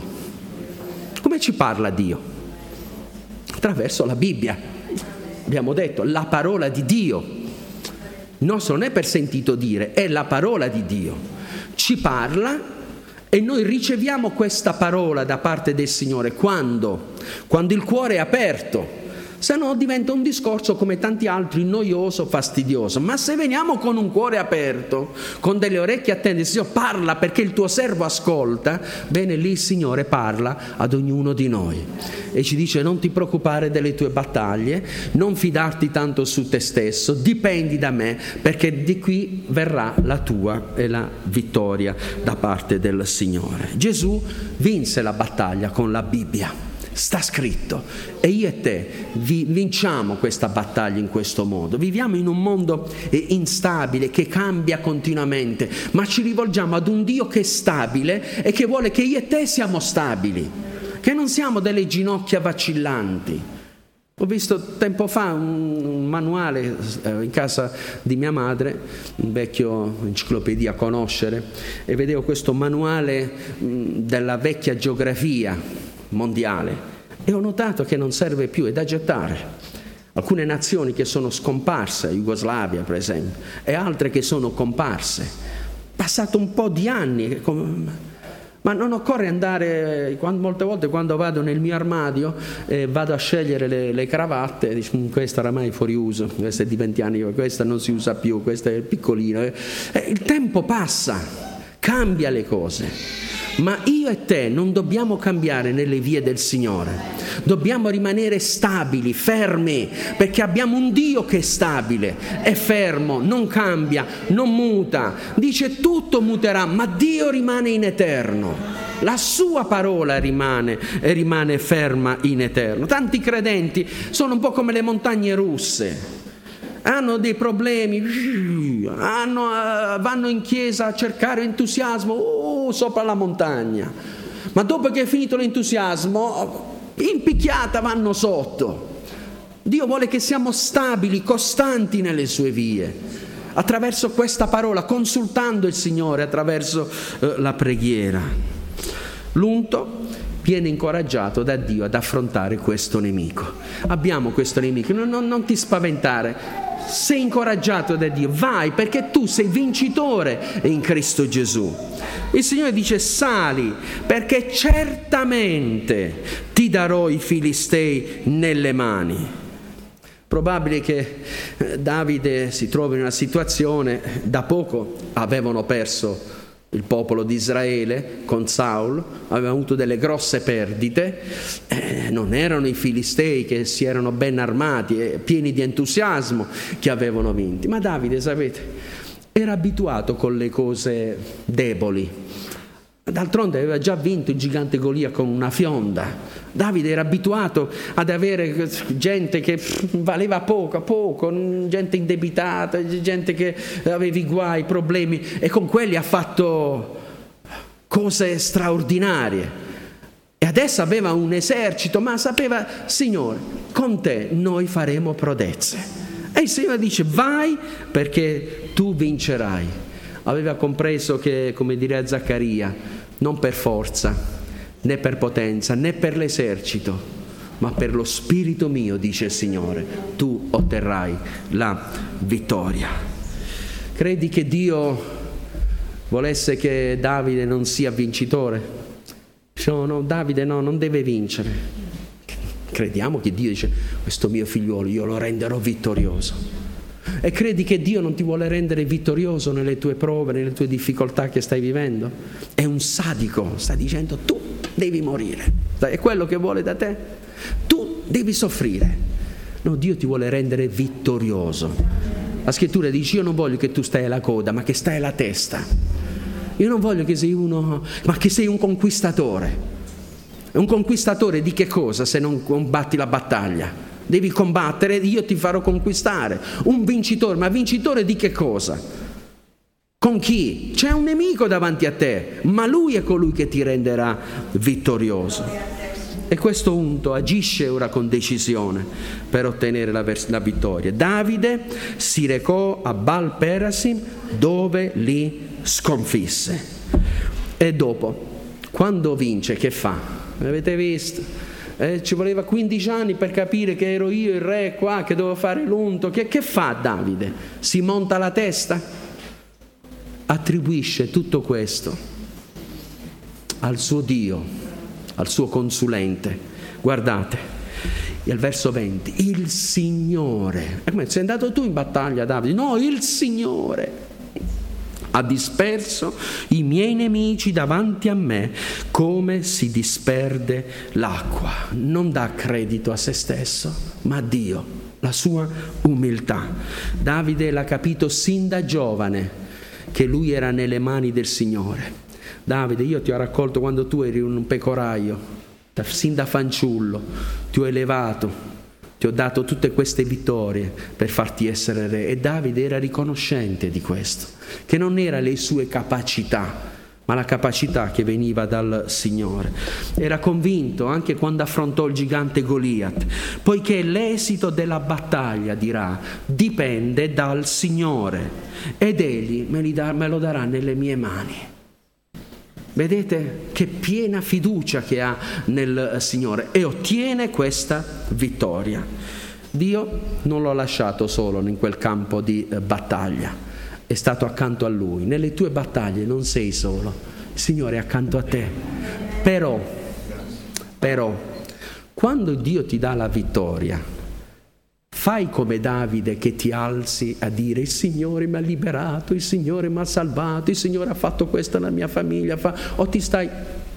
Come ci parla Dio? Attraverso la Bibbia. Abbiamo detto, la parola di Dio. Il nostro non è per sentito dire, è la parola di Dio. Ci parla e noi riceviamo questa parola da parte del Signore. Quando? Quando il cuore è aperto. se no diventa un discorso come tanti altri noioso, fastidioso. Ma se veniamo con un cuore aperto, con delle orecchie attente, Signore parla perché il tuo servo ascolta, bene, lì il Signore parla ad ognuno di noi e ci dice: non ti preoccupare delle tue battaglie, non fidarti tanto su te stesso, dipendi da me, perché di qui verrà la tua e la vittoria da parte del Signore. Gesù vinse la battaglia con la Bibbia. Sta scritto, e io e te vi, vinciamo questa battaglia in questo modo. Viviamo in un mondo eh, instabile, che cambia continuamente, ma ci rivolgiamo ad un Dio che è stabile e che vuole che io e te siamo stabili, che non siamo delle ginocchia vacillanti. Ho visto tempo fa un, un manuale eh, in casa di mia madre, un vecchio enciclopedia Conoscere, e vedevo questo manuale mh, della vecchia geografia mondiale e ho notato che non serve più, è da gettare. Alcune nazioni che sono scomparse, Jugoslavia per esempio, e altre che sono comparse. Passato un po' di anni, ma non occorre andare, quando, molte volte quando vado nel mio armadio eh, vado a scegliere le, le cravatte, dico, questa oramai è fuori uso, questa è di venti anni, questa non si usa più, questa è piccolina. Eh, il tempo passa, cambia le cose. Ma io e te non dobbiamo cambiare nelle vie del Signore, dobbiamo rimanere stabili, fermi, perché abbiamo un Dio che è stabile, è fermo, non cambia, non muta, dice tutto muterà, ma Dio rimane in eterno, la sua parola rimane e rimane ferma in eterno. Tanti credenti sono un po' come le montagne russe. Hanno dei problemi, hanno, vanno in chiesa a cercare entusiasmo uh, sopra la montagna, ma dopo che è finito l'entusiasmo, in picchiata vanno sotto. Dio vuole che siamo stabili, costanti nelle sue vie, attraverso questa parola, consultando il Signore attraverso eh, la preghiera. L'unto viene incoraggiato da Dio ad affrontare questo nemico. Abbiamo questo nemico, non, non, non ti spaventare. Sei incoraggiato da Dio, vai, perché tu sei vincitore in Cristo Gesù. Il Signore dice: sali, perché certamente ti darò i Filistei nelle mani. Probabile che Davide si trovi in una situazione, da poco avevano perso il popolo di Israele con Saul, aveva avuto delle grosse perdite, eh, non erano i Filistei che si erano ben armati e pieni di entusiasmo che avevano vinto, ma Davide, sapete, era abituato con le cose deboli. D'altronde aveva già vinto il gigante Golia con una fionda. Davide era abituato ad avere gente che valeva poco, poco, gente indebitata, gente che aveva i guai, problemi, e con quelli ha fatto cose straordinarie. E adesso aveva un esercito, ma sapeva: Signore, con te noi faremo prodezze. E il Signore dice: vai, perché tu vincerai. Aveva compreso che, come direbbe Zaccaria, non per forza, né per potenza, né per l'esercito, ma per lo spirito mio, dice il Signore, tu otterrai la vittoria. Credi che Dio volesse che Davide non sia vincitore? No, no, Davide no, non deve vincere. Crediamo che Dio dice: questo mio figliuolo io lo renderò vittorioso. E credi che Dio non ti vuole rendere vittorioso nelle tue prove, nelle tue difficoltà che stai vivendo? È un sadico, sta dicendo: tu devi morire. È quello che vuole da te? Tu devi soffrire. No, Dio ti vuole rendere vittorioso. La scrittura dice: io non voglio che tu stai alla coda, ma che stai alla testa. Io non voglio che sei uno, ma che sei un conquistatore. Un conquistatore di che cosa se non combatti la battaglia? Devi combattere, io ti farò conquistare. Un vincitore, ma vincitore di che cosa? Con chi? C'è un nemico davanti a te, ma lui è colui che ti renderà vittorioso. E questo unto agisce ora con decisione per ottenere la, vers- la vittoria. Davide si recò a Baal Perasim, dove li sconfisse. E dopo, quando vince, che fa? Avete visto? Eh, ci voleva quindici anni per capire che ero io il re qua, che dovevo fare l'unto. Che, che fa Davide? Si monta la testa? Attribuisce tutto questo al suo Dio, al suo consulente. Guardate, E al verso venti, il Signore. Sei andato tu in battaglia, Davide? No, il Signore ha disperso i miei nemici davanti a me come si disperde l'acqua. Non dà credito a se stesso, ma a Dio, la sua umiltà. Davide l'ha capito sin da giovane che lui era nelle mani del Signore. Davide, io ti ho raccolto quando tu eri un pecoraio, sin da fanciullo, ti ho elevato, ti ho dato tutte queste vittorie per farti essere re. E Davide era riconoscente di questo, che non era le sue capacità, ma la capacità che veniva dal Signore. Era convinto anche quando affrontò il gigante Goliat, poiché l'esito della battaglia, dirà, dipende dal Signore ed Egli me, li da, me lo darà nelle mie mani. Vedete che piena fiducia che ha nel Signore e ottiene questa vittoria. Dio non l'ha lasciato solo in quel campo di battaglia, è stato accanto a lui. Nelle tue battaglie non sei solo, il Signore è accanto a te. Però, però, quando Dio ti dà la vittoria, fai come Davide che ti alzi a dire: il Signore mi ha liberato, il Signore mi ha salvato, il Signore ha fatto questo nella mia famiglia, fa... o ti stai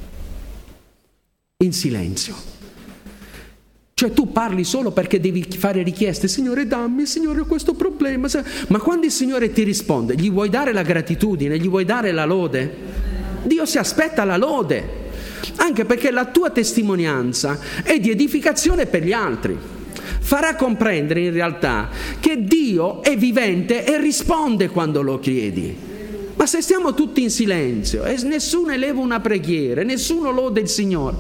in silenzio. Cioè tu parli solo perché devi fare richieste: Signore dammi, Signore ho questo problema. Ma quando il Signore ti risponde, gli vuoi dare la gratitudine, gli vuoi dare la lode? Dio si aspetta la lode, anche perché la tua testimonianza è di edificazione per gli altri. Farà comprendere in realtà che Dio è vivente e risponde quando lo chiedi. Ma se stiamo tutti in silenzio e nessuno eleva una preghiera, nessuno lode il Signore,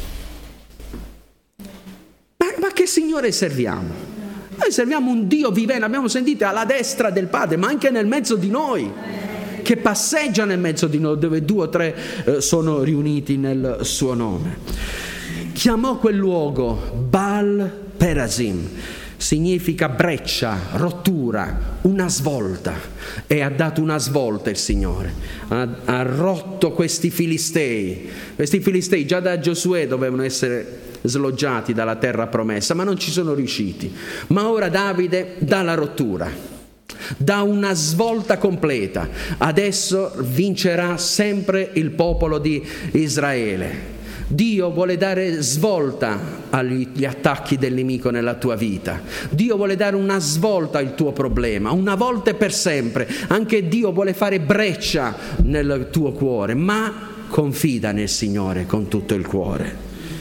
ma, ma che Signore serviamo? Noi serviamo un Dio vivente, abbiamo sentito, alla destra del Padre, ma anche nel mezzo di noi, che passeggia nel mezzo di noi, dove due o tre eh, sono riuniti nel suo nome. Chiamò quel luogo Baal Perasim, significa breccia, rottura, una svolta, e ha dato una svolta il Signore, ha, ha rotto questi filistei. Questi filistei già da Giosuè dovevano essere sloggiati dalla terra promessa, ma non ci sono riusciti. Ma ora Davide dà la rottura, dà una svolta completa. Adesso vincerà sempre il popolo di Israele. Dio vuole dare svolta agli attacchi del nemico nella tua vita. Dio vuole dare una svolta al tuo problema, una volta e per sempre. Anche Dio vuole fare breccia nel tuo cuore, ma confida nel Signore con tutto il cuore.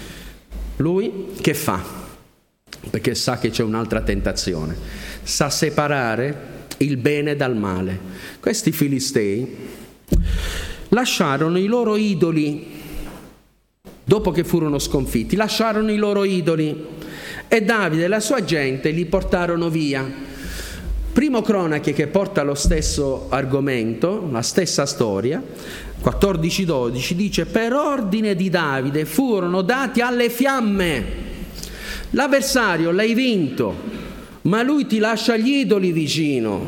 Lui che fa? Perché sa che c'è un'altra tentazione. Sa separare il bene dal male. Questi filistei lasciarono i loro idoli. Dopo che furono sconfitti, lasciarono i loro idoli e Davide e la sua gente li portarono via. Primo Cronache, che porta lo stesso argomento, la stessa storia, quattordici dodici, dice: per ordine di Davide furono dati alle fiamme. L'avversario l'hai vinto, ma lui ti lascia gli idoli vicino.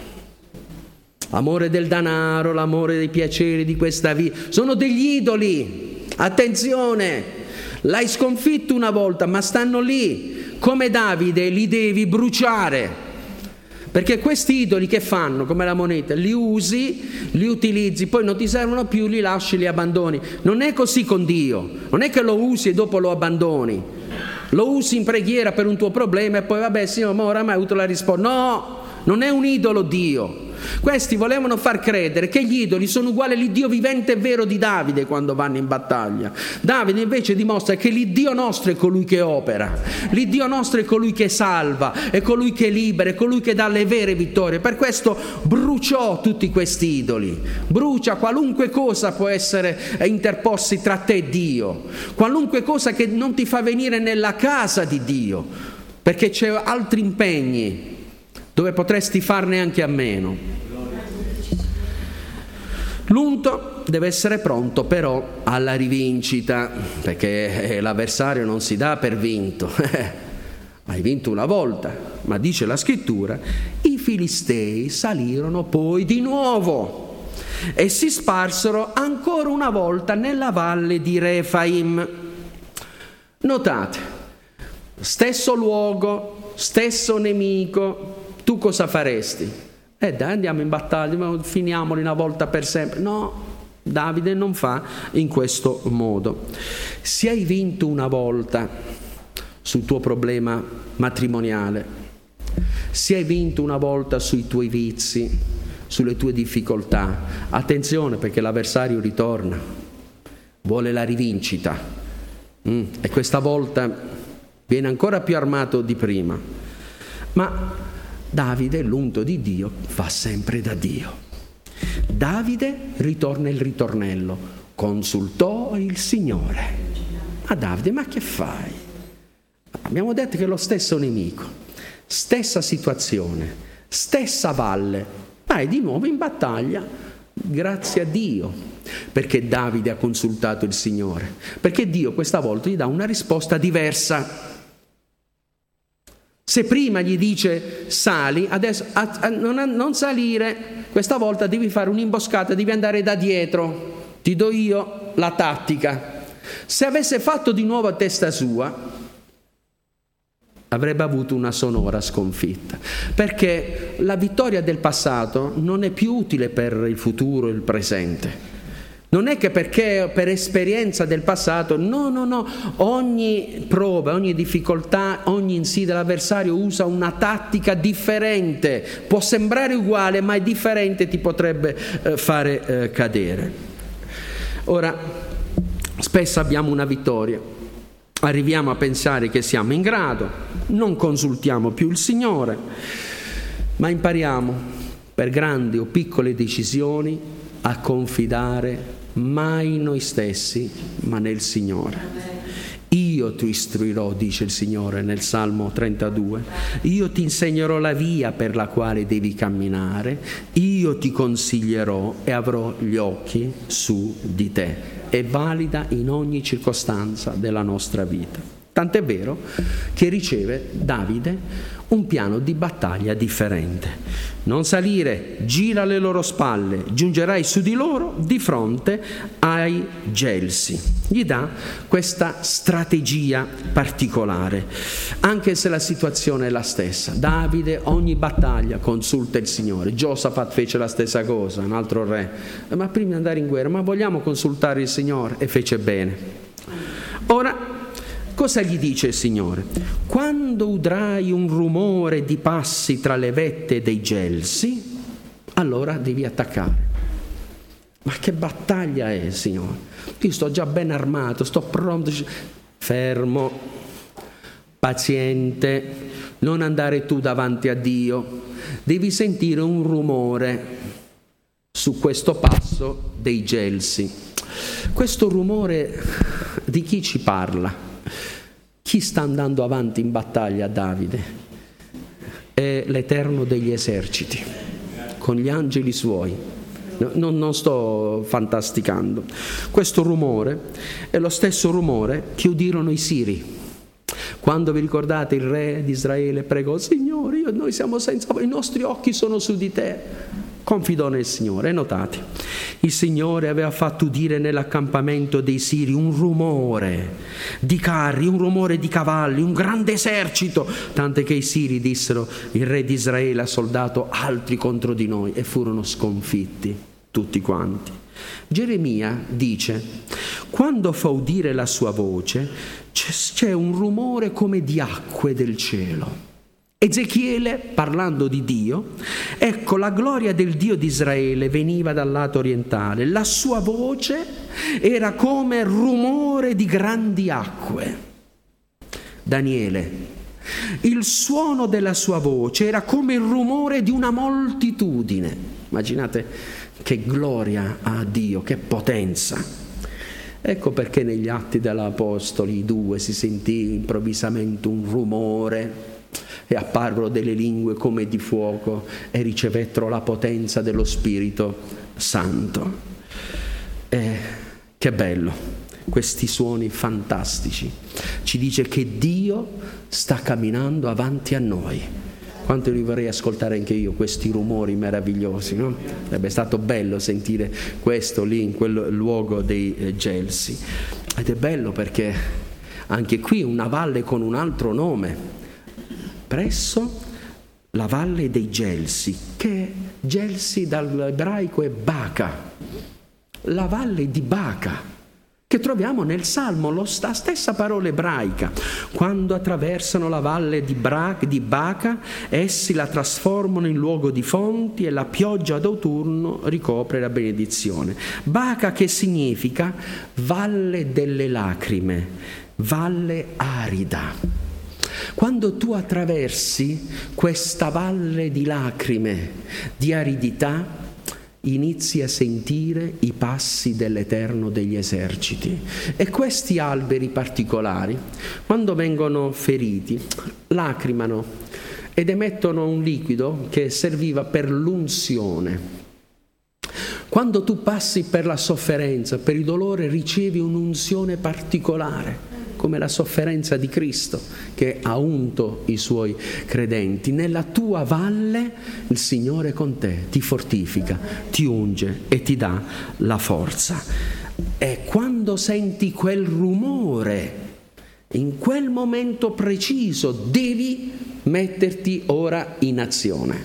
L'amore del denaro, l'amore dei piaceri di questa vita, sono degli idoli. Attenzione, l'hai sconfitto una volta, ma stanno lì. Come Davide li devi bruciare, perché questi idoli che fanno come la moneta, li usi, li utilizzi, poi non ti servono più, li lasci, li abbandoni. Non è così con Dio, non è che lo usi e dopo lo abbandoni. Lo usi in preghiera per un tuo problema e poi vabbè Signore, ma oramai ho avuto la risposta. No, non è un idolo Dio. Questi volevano far credere che gli idoli sono uguali all'Iddio vivente e vero di Davide quando vanno in battaglia. Davide invece dimostra che l'Iddio nostro è colui che opera, l'Iddio nostro è colui che salva, è colui che libera, è colui che dà le vere vittorie. Per questo bruciò tutti questi idoli, brucia qualunque cosa può essere interposti tra te e Dio, qualunque cosa che non ti fa venire nella casa di Dio, perché c'è altri impegni dove potresti farne anche a meno. L'unto deve essere pronto però alla rivincita, perché l'avversario non si dà per vinto. Hai vinto una volta, ma dice la scrittura: i filistei salirono poi di nuovo e si sparsero ancora una volta nella valle di Refaim. Notate, stesso luogo, stesso nemico, tu cosa faresti? Eh dai, andiamo in battaglia, finiamoli una volta per sempre. No, Davide non fa in questo modo. Se hai vinto una volta sul tuo problema matrimoniale, se hai vinto una volta sui tuoi vizi, sulle tue difficoltà, attenzione, perché l'avversario ritorna, vuole la rivincita, mm, e questa volta viene ancora più armato di prima. Ma Davide, l'unto di Dio, va sempre da Dio. Davide, ritorna il ritornello, consultò il Signore. Ma Davide, ma che fai? Abbiamo detto che è lo stesso nemico, stessa situazione, stessa valle, vai di nuovo in battaglia. Grazie a Dio, perché Davide ha consultato il Signore, perché Dio questa volta gli dà una risposta diversa. Se prima gli dice sali, adesso a, a, non, a, non salire, questa volta devi fare un'imboscata, devi andare da dietro, ti do io la tattica. Se avesse fatto di nuovo a testa sua, avrebbe avuto una sonora sconfitta, perché la vittoria del passato non è più utile per il futuro e il presente. Non è che perché per esperienza del passato, no, no, no, ogni prova, ogni difficoltà, ogni insidia dell'avversario usa una tattica differente, può sembrare uguale ma è differente, ti potrebbe eh, fare eh, cadere. Ora, spesso abbiamo una vittoria, arriviamo a pensare che siamo in grado, non consultiamo più il Signore, ma impariamo per grandi o piccole decisioni a confidare mai in noi stessi, ma nel Signore. Io ti istruirò, dice il Signore nel Salmo trentadue, io ti insegnerò la via per la quale devi camminare, io ti consiglierò e avrò gli occhi su di te. È valida in ogni circostanza della nostra vita. Tant'è vero che riceve Davide un piano di battaglia differente. Non salire, gira alle loro spalle, giungerai su di loro di fronte ai gelsi. Gli dà questa strategia particolare, anche se la situazione è la stessa. Davide ogni battaglia consulta il Signore. Giosafat fece la stessa cosa, un altro re. Ma prima di andare in guerra, ma vogliamo consultare il Signore? E fece bene. Ora, cosa gli dice il Signore? Quando udrai un rumore di passi tra le vette dei gelsi, allora devi attaccare. Ma che battaglia è, Signore? Io sto già ben armato, sto pronto. Fermo, paziente, non andare tu davanti a Dio. Devi sentire un rumore su questo passo dei gelsi. Questo rumore di chi ci parla? Chi sta andando avanti in battaglia a Davide? È l'Eterno degli eserciti, con gli angeli suoi. Non, non sto fantasticando. Questo rumore è lo stesso rumore che udirono i siri. Quando vi ricordate il re di Israele pregò: Signore, io, noi siamo senza voi, i nostri occhi sono su di te. Confidò nel Signore. E notate, il Signore aveva fatto udire nell'accampamento dei Siri un rumore di carri, un rumore di cavalli, un grande esercito, tant'è che i Siri dissero: il re di Israele ha soldato altri contro di noi, e furono sconfitti tutti quanti. Geremia dice: quando fa udire la sua voce c'è un rumore come di acque del cielo. Ezechiele, parlando di Dio, ecco, la gloria del Dio di Israele veniva dal lato orientale, la sua voce era come rumore di grandi acque. Daniele, il suono della sua voce era come il rumore di una moltitudine. Immaginate che gloria a Dio, che potenza. Ecco perché negli Atti degli Apostoli due si sentì improvvisamente un rumore e apparvero delle lingue come di fuoco e ricevettero la potenza dello Spirito Santo. Eh, che bello, questi suoni fantastici. Ci dice che Dio sta camminando avanti a noi. Quanto li vorrei ascoltare anche io, questi rumori meravigliosi, no? Sarebbe stato bello sentire questo lì in quel luogo dei gelsi. Ed è bello perché anche qui una valle con un altro nome, presso la valle dei Gelsi, che Gelsi dall'ebraico è Baca, la valle di Baca, che troviamo nel Salmo, la stessa parola ebraica. Quando attraversano la valle di, Bra- di Baca, essi la trasformano in luogo di fonti e la pioggia d'autunno ricopre la benedizione. Baca, che significa valle delle lacrime, valle arida. Quando tu attraversi questa valle di lacrime, di aridità, inizi a sentire i passi dell'Eterno degli eserciti. E questi alberi particolari, quando vengono feriti, lacrimano ed emettono un liquido che serviva per l'unzione. Quando tu passi per la sofferenza, per il dolore, ricevi un'unzione particolare, come la sofferenza di Cristo che ha unto i suoi credenti. Nella tua valle il Signore con te ti fortifica, ti unge e ti dà la forza. E quando senti quel rumore, in quel momento preciso devi metterti ora in azione.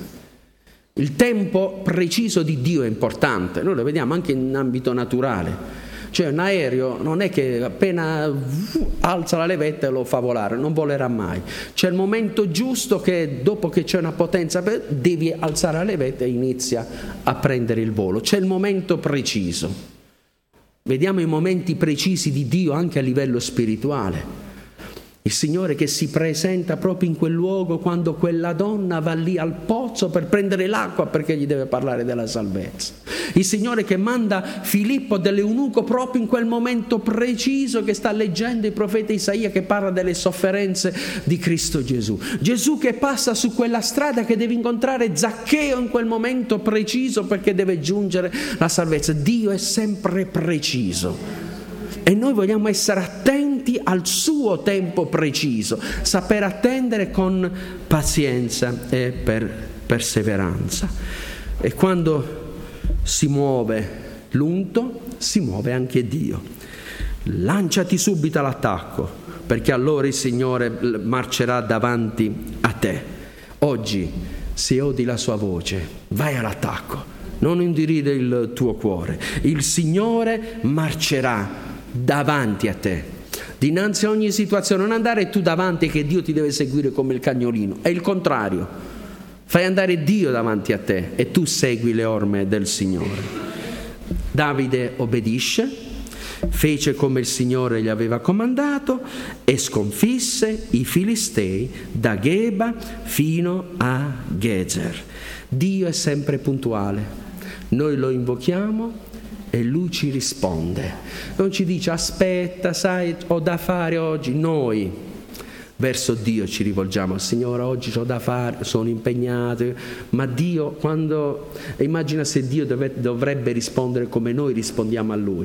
Il tempo preciso di Dio è importante, noi lo vediamo anche in ambito naturale. Cioè un aereo non è che appena alza la levetta lo fa volare, non volerà mai. C'è il momento giusto che dopo che c'è una potenza devi alzare la levetta e inizia a prendere il volo. C'è il momento preciso. Vediamo i momenti precisi di Dio anche a livello spirituale. Il Signore che si presenta proprio in quel luogo quando quella donna va lì al pozzo per prendere l'acqua perché gli deve parlare della salvezza. Il Signore che manda Filippo dell'eunuco proprio in quel momento preciso che sta leggendo il profeta Isaia che parla delle sofferenze di Cristo Gesù. Gesù che passa su quella strada che deve incontrare Zaccheo in quel momento preciso perché deve giungere la salvezza. Dio è sempre preciso. E noi vogliamo essere attenti al suo tempo preciso, saper attendere con pazienza e per perseveranza. E quando si muove l'unto, si muove anche Dio. Lanciati subito all'attacco, perché allora il Signore marcerà davanti a te. Oggi, se odi la sua voce, vai all'attacco, non indirire il tuo cuore. Il Signore marcerà davanti a te, dinanzi a ogni situazione. Non andare tu davanti che Dio ti deve seguire come il cagnolino, è il contrario. Fai andare Dio davanti a te e tu segui le orme del Signore. Davide obbedisce, fece come il Signore gli aveva comandato e sconfisse i Filistei da Geba fino a Gezer. Dio è sempre puntuale, noi lo invochiamo e Lui ci risponde, non ci dice aspetta, sai, ho da fare oggi. Noi verso Dio ci rivolgiamo: Signore, oggi ho da fare, sono impegnato. Ma Dio, quando immagina se Dio dove, dovrebbe rispondere come noi rispondiamo a Lui.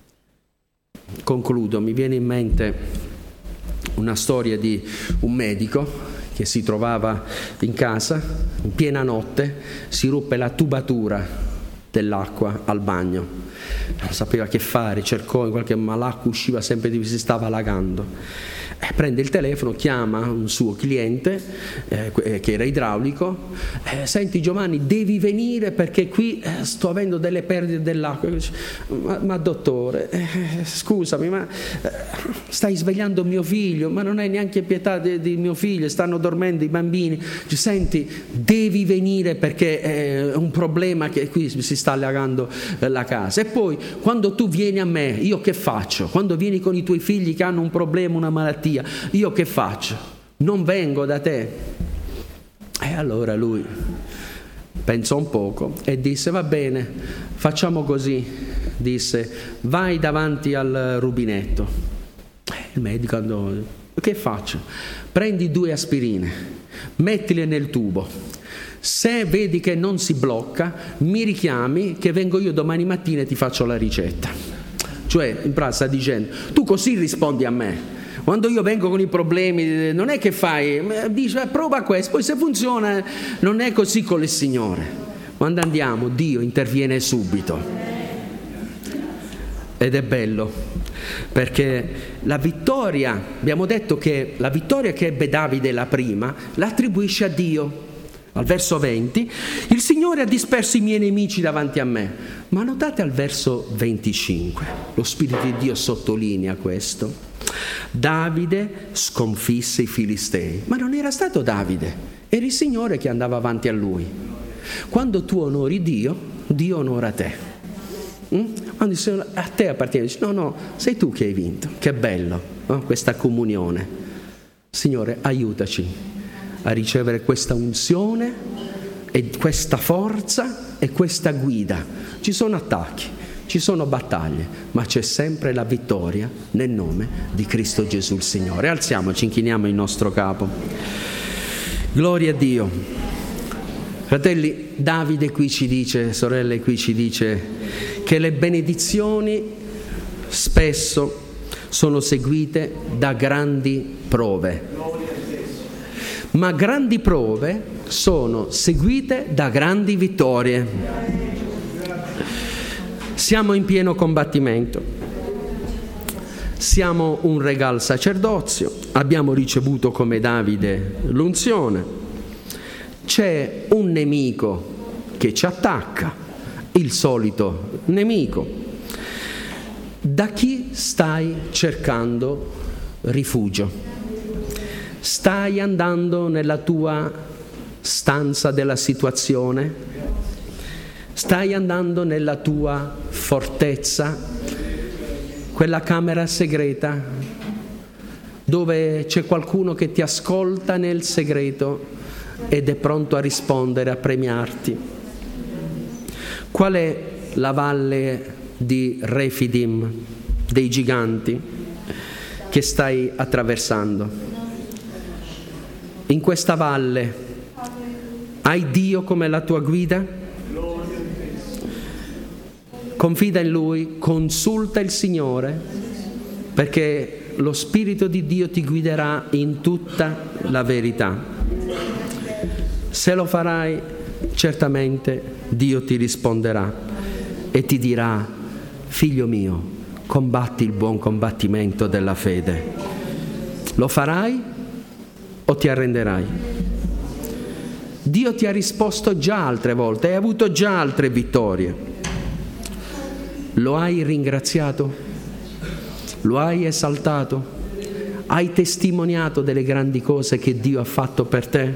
Concludo, mi viene in mente una storia di un medico che si trovava in casa, in piena notte, si ruppe la tubatura dell'acqua al bagno, non sapeva che fare, cercò in qualche, ma l'acqua usciva sempre di più, si stava allagando. Eh, prende il telefono, chiama un suo cliente eh, che era idraulico, eh, senti Giovanni, devi venire perché qui eh, sto avendo delle perdite dell'acqua. Ma, ma dottore, eh, scusami, ma eh, stai svegliando mio figlio, ma non hai neanche pietà di, di mio figlio, stanno dormendo i bambini. Senti, devi venire perché è un problema che qui si sta allagando eh, la casa. E poi quando tu vieni a me, io che faccio? Quando vieni con i tuoi figli che hanno un problema, una malattia, io che faccio? Non vengo da te. E allora lui pensò un poco e disse: va bene, facciamo così. Disse: vai davanti al rubinetto. Il medico andò: che faccio? Prendi due aspirine, mettile nel tubo. Se vedi che non si blocca, mi richiami che vengo io domani mattina e ti faccio la ricetta. Cioè, in pratica sta dicendo: tu così rispondi a me. Quando io vengo con i problemi, non è che fai, dici prova questo, poi se funziona, non è così con il Signore. Quando andiamo, Dio interviene subito. Ed è bello perché la vittoria, abbiamo detto che la vittoria che ebbe Davide la prima, l'attribuisce a Dio. Al verso venti, il Signore ha disperso i miei nemici davanti a me. Ma notate al verso venticinque, lo Spirito di Dio sottolinea questo. Davide sconfisse i Filistei, ma non era stato Davide, era il Signore che andava avanti a lui. Quando tu onori Dio, Dio onora te. Mm? Quando a te appartiene, dici, no, no, sei tu che hai vinto. Che bello, no? Questa comunione. Signore, aiutaci a ricevere questa unzione e questa forza e questa guida. Ci sono attacchi, ci sono battaglie, ma c'è sempre la vittoria nel nome di Cristo Gesù il Signore. Alziamoci, inchiniamo il nostro capo. Gloria a Dio. Fratelli, Davide qui ci dice, sorelle qui ci dice che le benedizioni spesso sono seguite da grandi prove. Ma grandi prove sono seguite da grandi vittorie. Siamo in pieno combattimento. Siamo un regal sacerdozio. Abbiamo ricevuto come Davide l'unzione. C'è un nemico che ci attacca, il solito nemico. Da chi stai cercando rifugio? Stai andando nella tua stanza della situazione? Stai andando nella tua fortezza, quella camera segreta dove c'è qualcuno che ti ascolta nel segreto ed è pronto a rispondere, a premiarti? Qual è la valle di Refidim, dei giganti, che stai attraversando? In questa valle hai Dio come la tua guida? Confida in Lui, consulta il Signore, perché lo Spirito di Dio ti guiderà in tutta la verità. Se lo farai, certamente Dio ti risponderà e ti dirà: figlio mio, combatti il buon combattimento della fede. Lo farai o ti arrenderai? Dio ti ha risposto già altre volte, hai avuto già altre vittorie. Lo hai ringraziato? Lo hai esaltato? Hai testimoniato delle grandi cose che Dio ha fatto per te?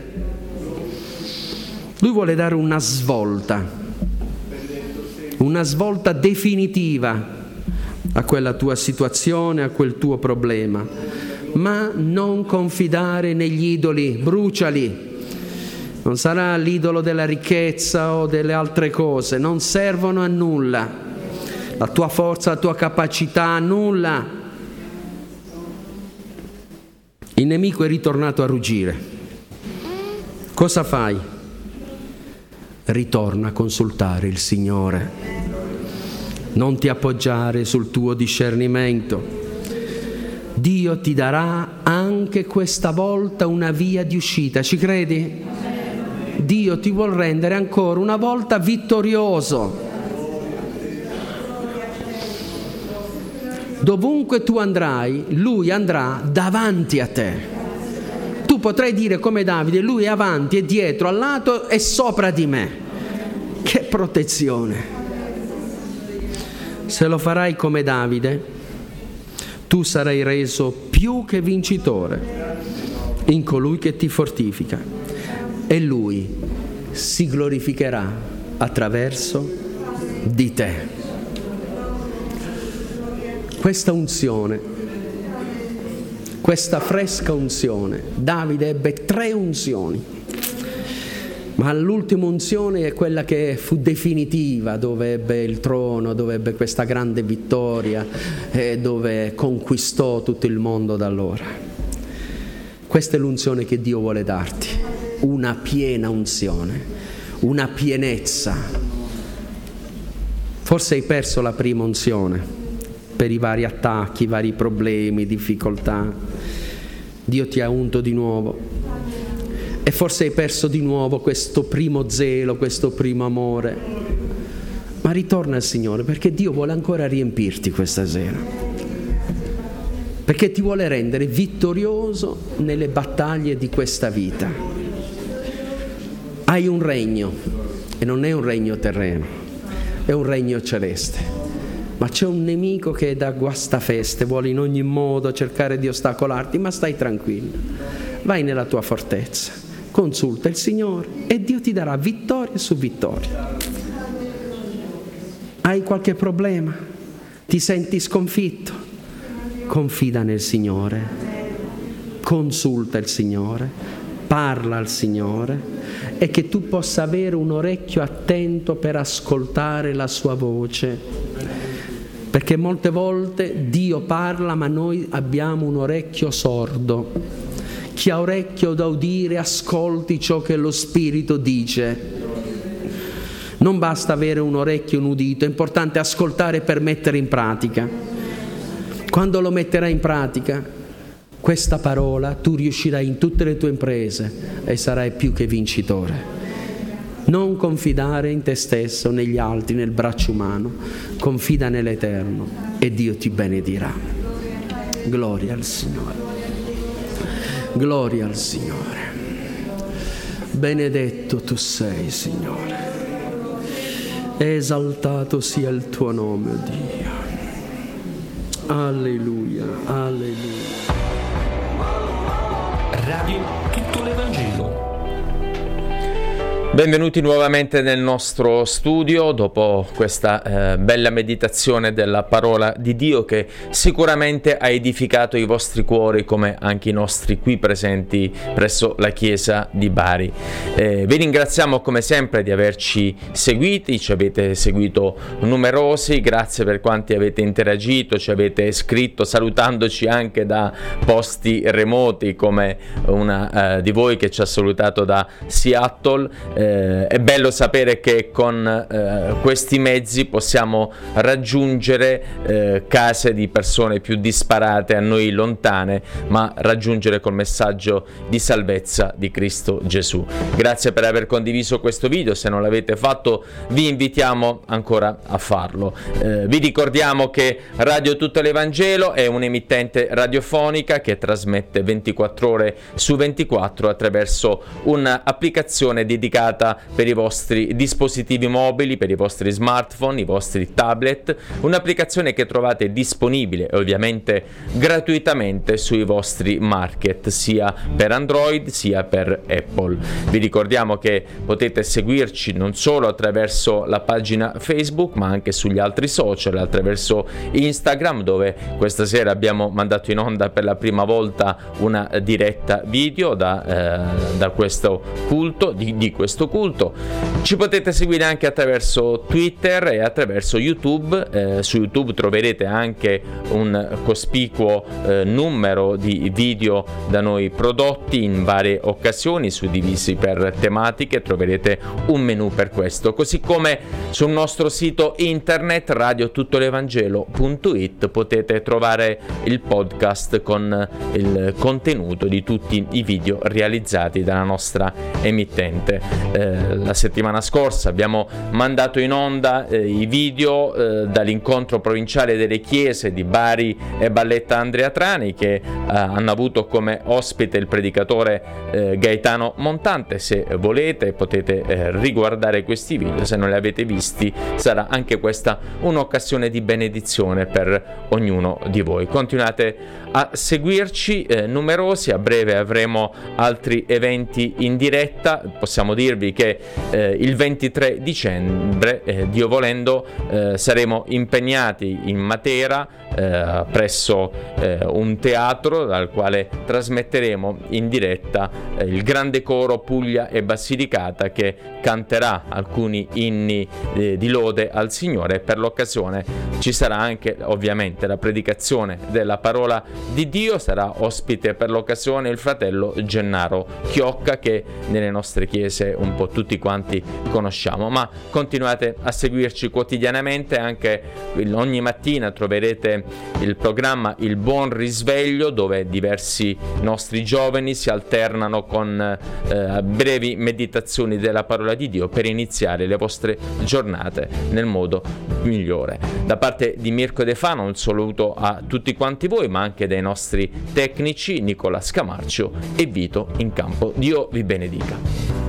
Lui vuole dare una svolta, una svolta definitiva a quella tua situazione, a quel tuo problema. Ma non confidare negli idoli, bruciali. Non sarà l'idolo della ricchezza o delle altre cose, non servono a nulla. La tua forza, la tua capacità, a nulla. Il nemico è ritornato a ruggire. Cosa fai? Ritorna a consultare il Signore. Non ti appoggiare sul tuo discernimento. Dio ti darà anche questa volta una via di uscita, ci credi? Dio ti vuol rendere ancora una volta vittorioso. Dovunque tu andrai, Lui andrà davanti a te. Tu potrai dire come Davide: Lui è avanti, è dietro, al lato e sopra di me. Che protezione! Se lo farai come Davide, tu sarai reso più che vincitore in colui che ti fortifica, e Lui si glorificherà attraverso di te. Questa unzione, questa fresca unzione, Davide ebbe tre unzioni, ma l'ultima unzione è quella che fu definitiva, dove ebbe il trono, dove ebbe questa grande vittoria e dove conquistò tutto il mondo da allora. Questa è l'unzione che Dio vuole darti, una piena unzione, una pienezza. Forse hai perso la prima unzione per i vari attacchi, i vari problemi, difficoltà. Dio ti ha unto di nuovo. E forse hai perso di nuovo questo primo zelo, questo primo amore. Ma ritorna al Signore, perché Dio vuole ancora riempirti questa sera. perché ti vuole rendere vittorioso nelle battaglie di questa vita. Hai un regno, e non è un regno terreno, è un regno celeste. Ma c'è un nemico che è da guastafeste, vuole in ogni modo cercare di ostacolarti, ma stai tranquillo. Vai nella tua fortezza, consulta il Signore e Dio ti darà vittoria su vittoria. Hai qualche problema? Ti senti sconfitto? Confida nel Signore, consulta il Signore, parla al Signore, e che tu possa avere un orecchio attento per ascoltare la sua voce, perché molte volte Dio parla ma noi abbiamo un orecchio sordo. Chi ha orecchio da udire ascolti ciò che lo Spirito dice. Non basta avere un orecchio e un udito, è importante ascoltare per mettere in pratica. Quando lo metterai in pratica questa parola, tu riuscirai in tutte le tue imprese e sarai più che vincitore. Non confidare in te stesso, negli altri, nel braccio umano, confida nell'Eterno e Dio ti benedirà. Gloria al Signore. Gloria al Signore. Benedetto tu sei, Signore. Esaltato sia il tuo nome, oh Dio. Alleluia, alleluia. Radio Tutto l'Evangelo. Benvenuti nuovamente nel nostro studio dopo questa eh, bella meditazione della parola di Dio che sicuramente ha edificato i vostri cuori come anche i nostri qui presenti presso la Chiesa di Bari. Eh, vi ringraziamo come sempre di averci seguiti, ci avete seguito numerosi, grazie per quanti avete interagito, ci avete scritto salutandoci anche da posti remoti come una eh, di voi che ci ha salutato da Seattle. Eh, è bello sapere che con eh, questi mezzi possiamo raggiungere eh, case di persone più disparate, a noi lontane, ma raggiungere col messaggio di salvezza di Cristo Gesù. Grazie per aver condiviso questo video, se non l'avete fatto vi invitiamo ancora a farlo. Eh, vi ricordiamo che Radio Tutto l'Evangelo è un'emittente radiofonica che trasmette ventiquattro ore su ventiquattro attraverso un'applicazione dedicata per i vostri dispositivi mobili, per i vostri smartphone, i vostri tablet, un'applicazione che trovate disponibile ovviamente gratuitamente sui vostri market, sia per Android sia per Apple. Vi ricordiamo che potete seguirci non solo attraverso la pagina Facebook, ma anche sugli altri social, attraverso Instagram, dove questa sera abbiamo mandato in onda per la prima volta una diretta video da, eh, da questo culto, di, di questo culto. Ci potete seguire anche attraverso Twitter e attraverso YouTube. Eh, su YouTube troverete anche un cospicuo eh, numero di video da noi prodotti in varie occasioni, suddivisi per tematiche, troverete un menu per questo, così come sul nostro sito internet radio tutto l'evangelo punto it potete trovare il podcast con il contenuto di tutti i video realizzati dalla nostra emittente. Eh, la settimana scorsa abbiamo mandato in onda eh, i video eh, dall'incontro provinciale delle chiese di Bari e Balletta Andrea Trani, che eh, hanno avuto come ospite il predicatore eh, Gaetano Montante. Se volete potete eh, riguardare questi video, se non li avete visti sarà anche questa un'occasione di benedizione per ognuno di voi. Continuate a seguirci, eh, numerosi, a breve avremo altri eventi in diretta. Possiamo dirvi che eh, il ventitré dicembre, eh, Dio volendo, eh, saremo impegnati in Matera eh, presso eh, un teatro dal quale trasmetteremo in diretta eh, il grande coro Puglia e Basilicata, che canterà alcuni inni eh, di lode al Signore. Per l'occasione ci sarà anche ovviamente la predicazione della parola di Dio. Sarà ospite per l'occasione il fratello Gennaro Chiocca, che nelle nostre chiese un po' tutti quanti conosciamo. Ma continuate a seguirci quotidianamente, anche ogni mattina troverete anche il programma Il Buon Risveglio, dove diversi nostri giovani si alternano con eh, brevi meditazioni della parola di Dio per iniziare le vostre giornate nel modo migliore. Da parte di Mirko De Fano un saluto a tutti quanti voi, ma anche dai nostri tecnici Nicola Scamarcio e Vito Incampo. Dio vi benedica.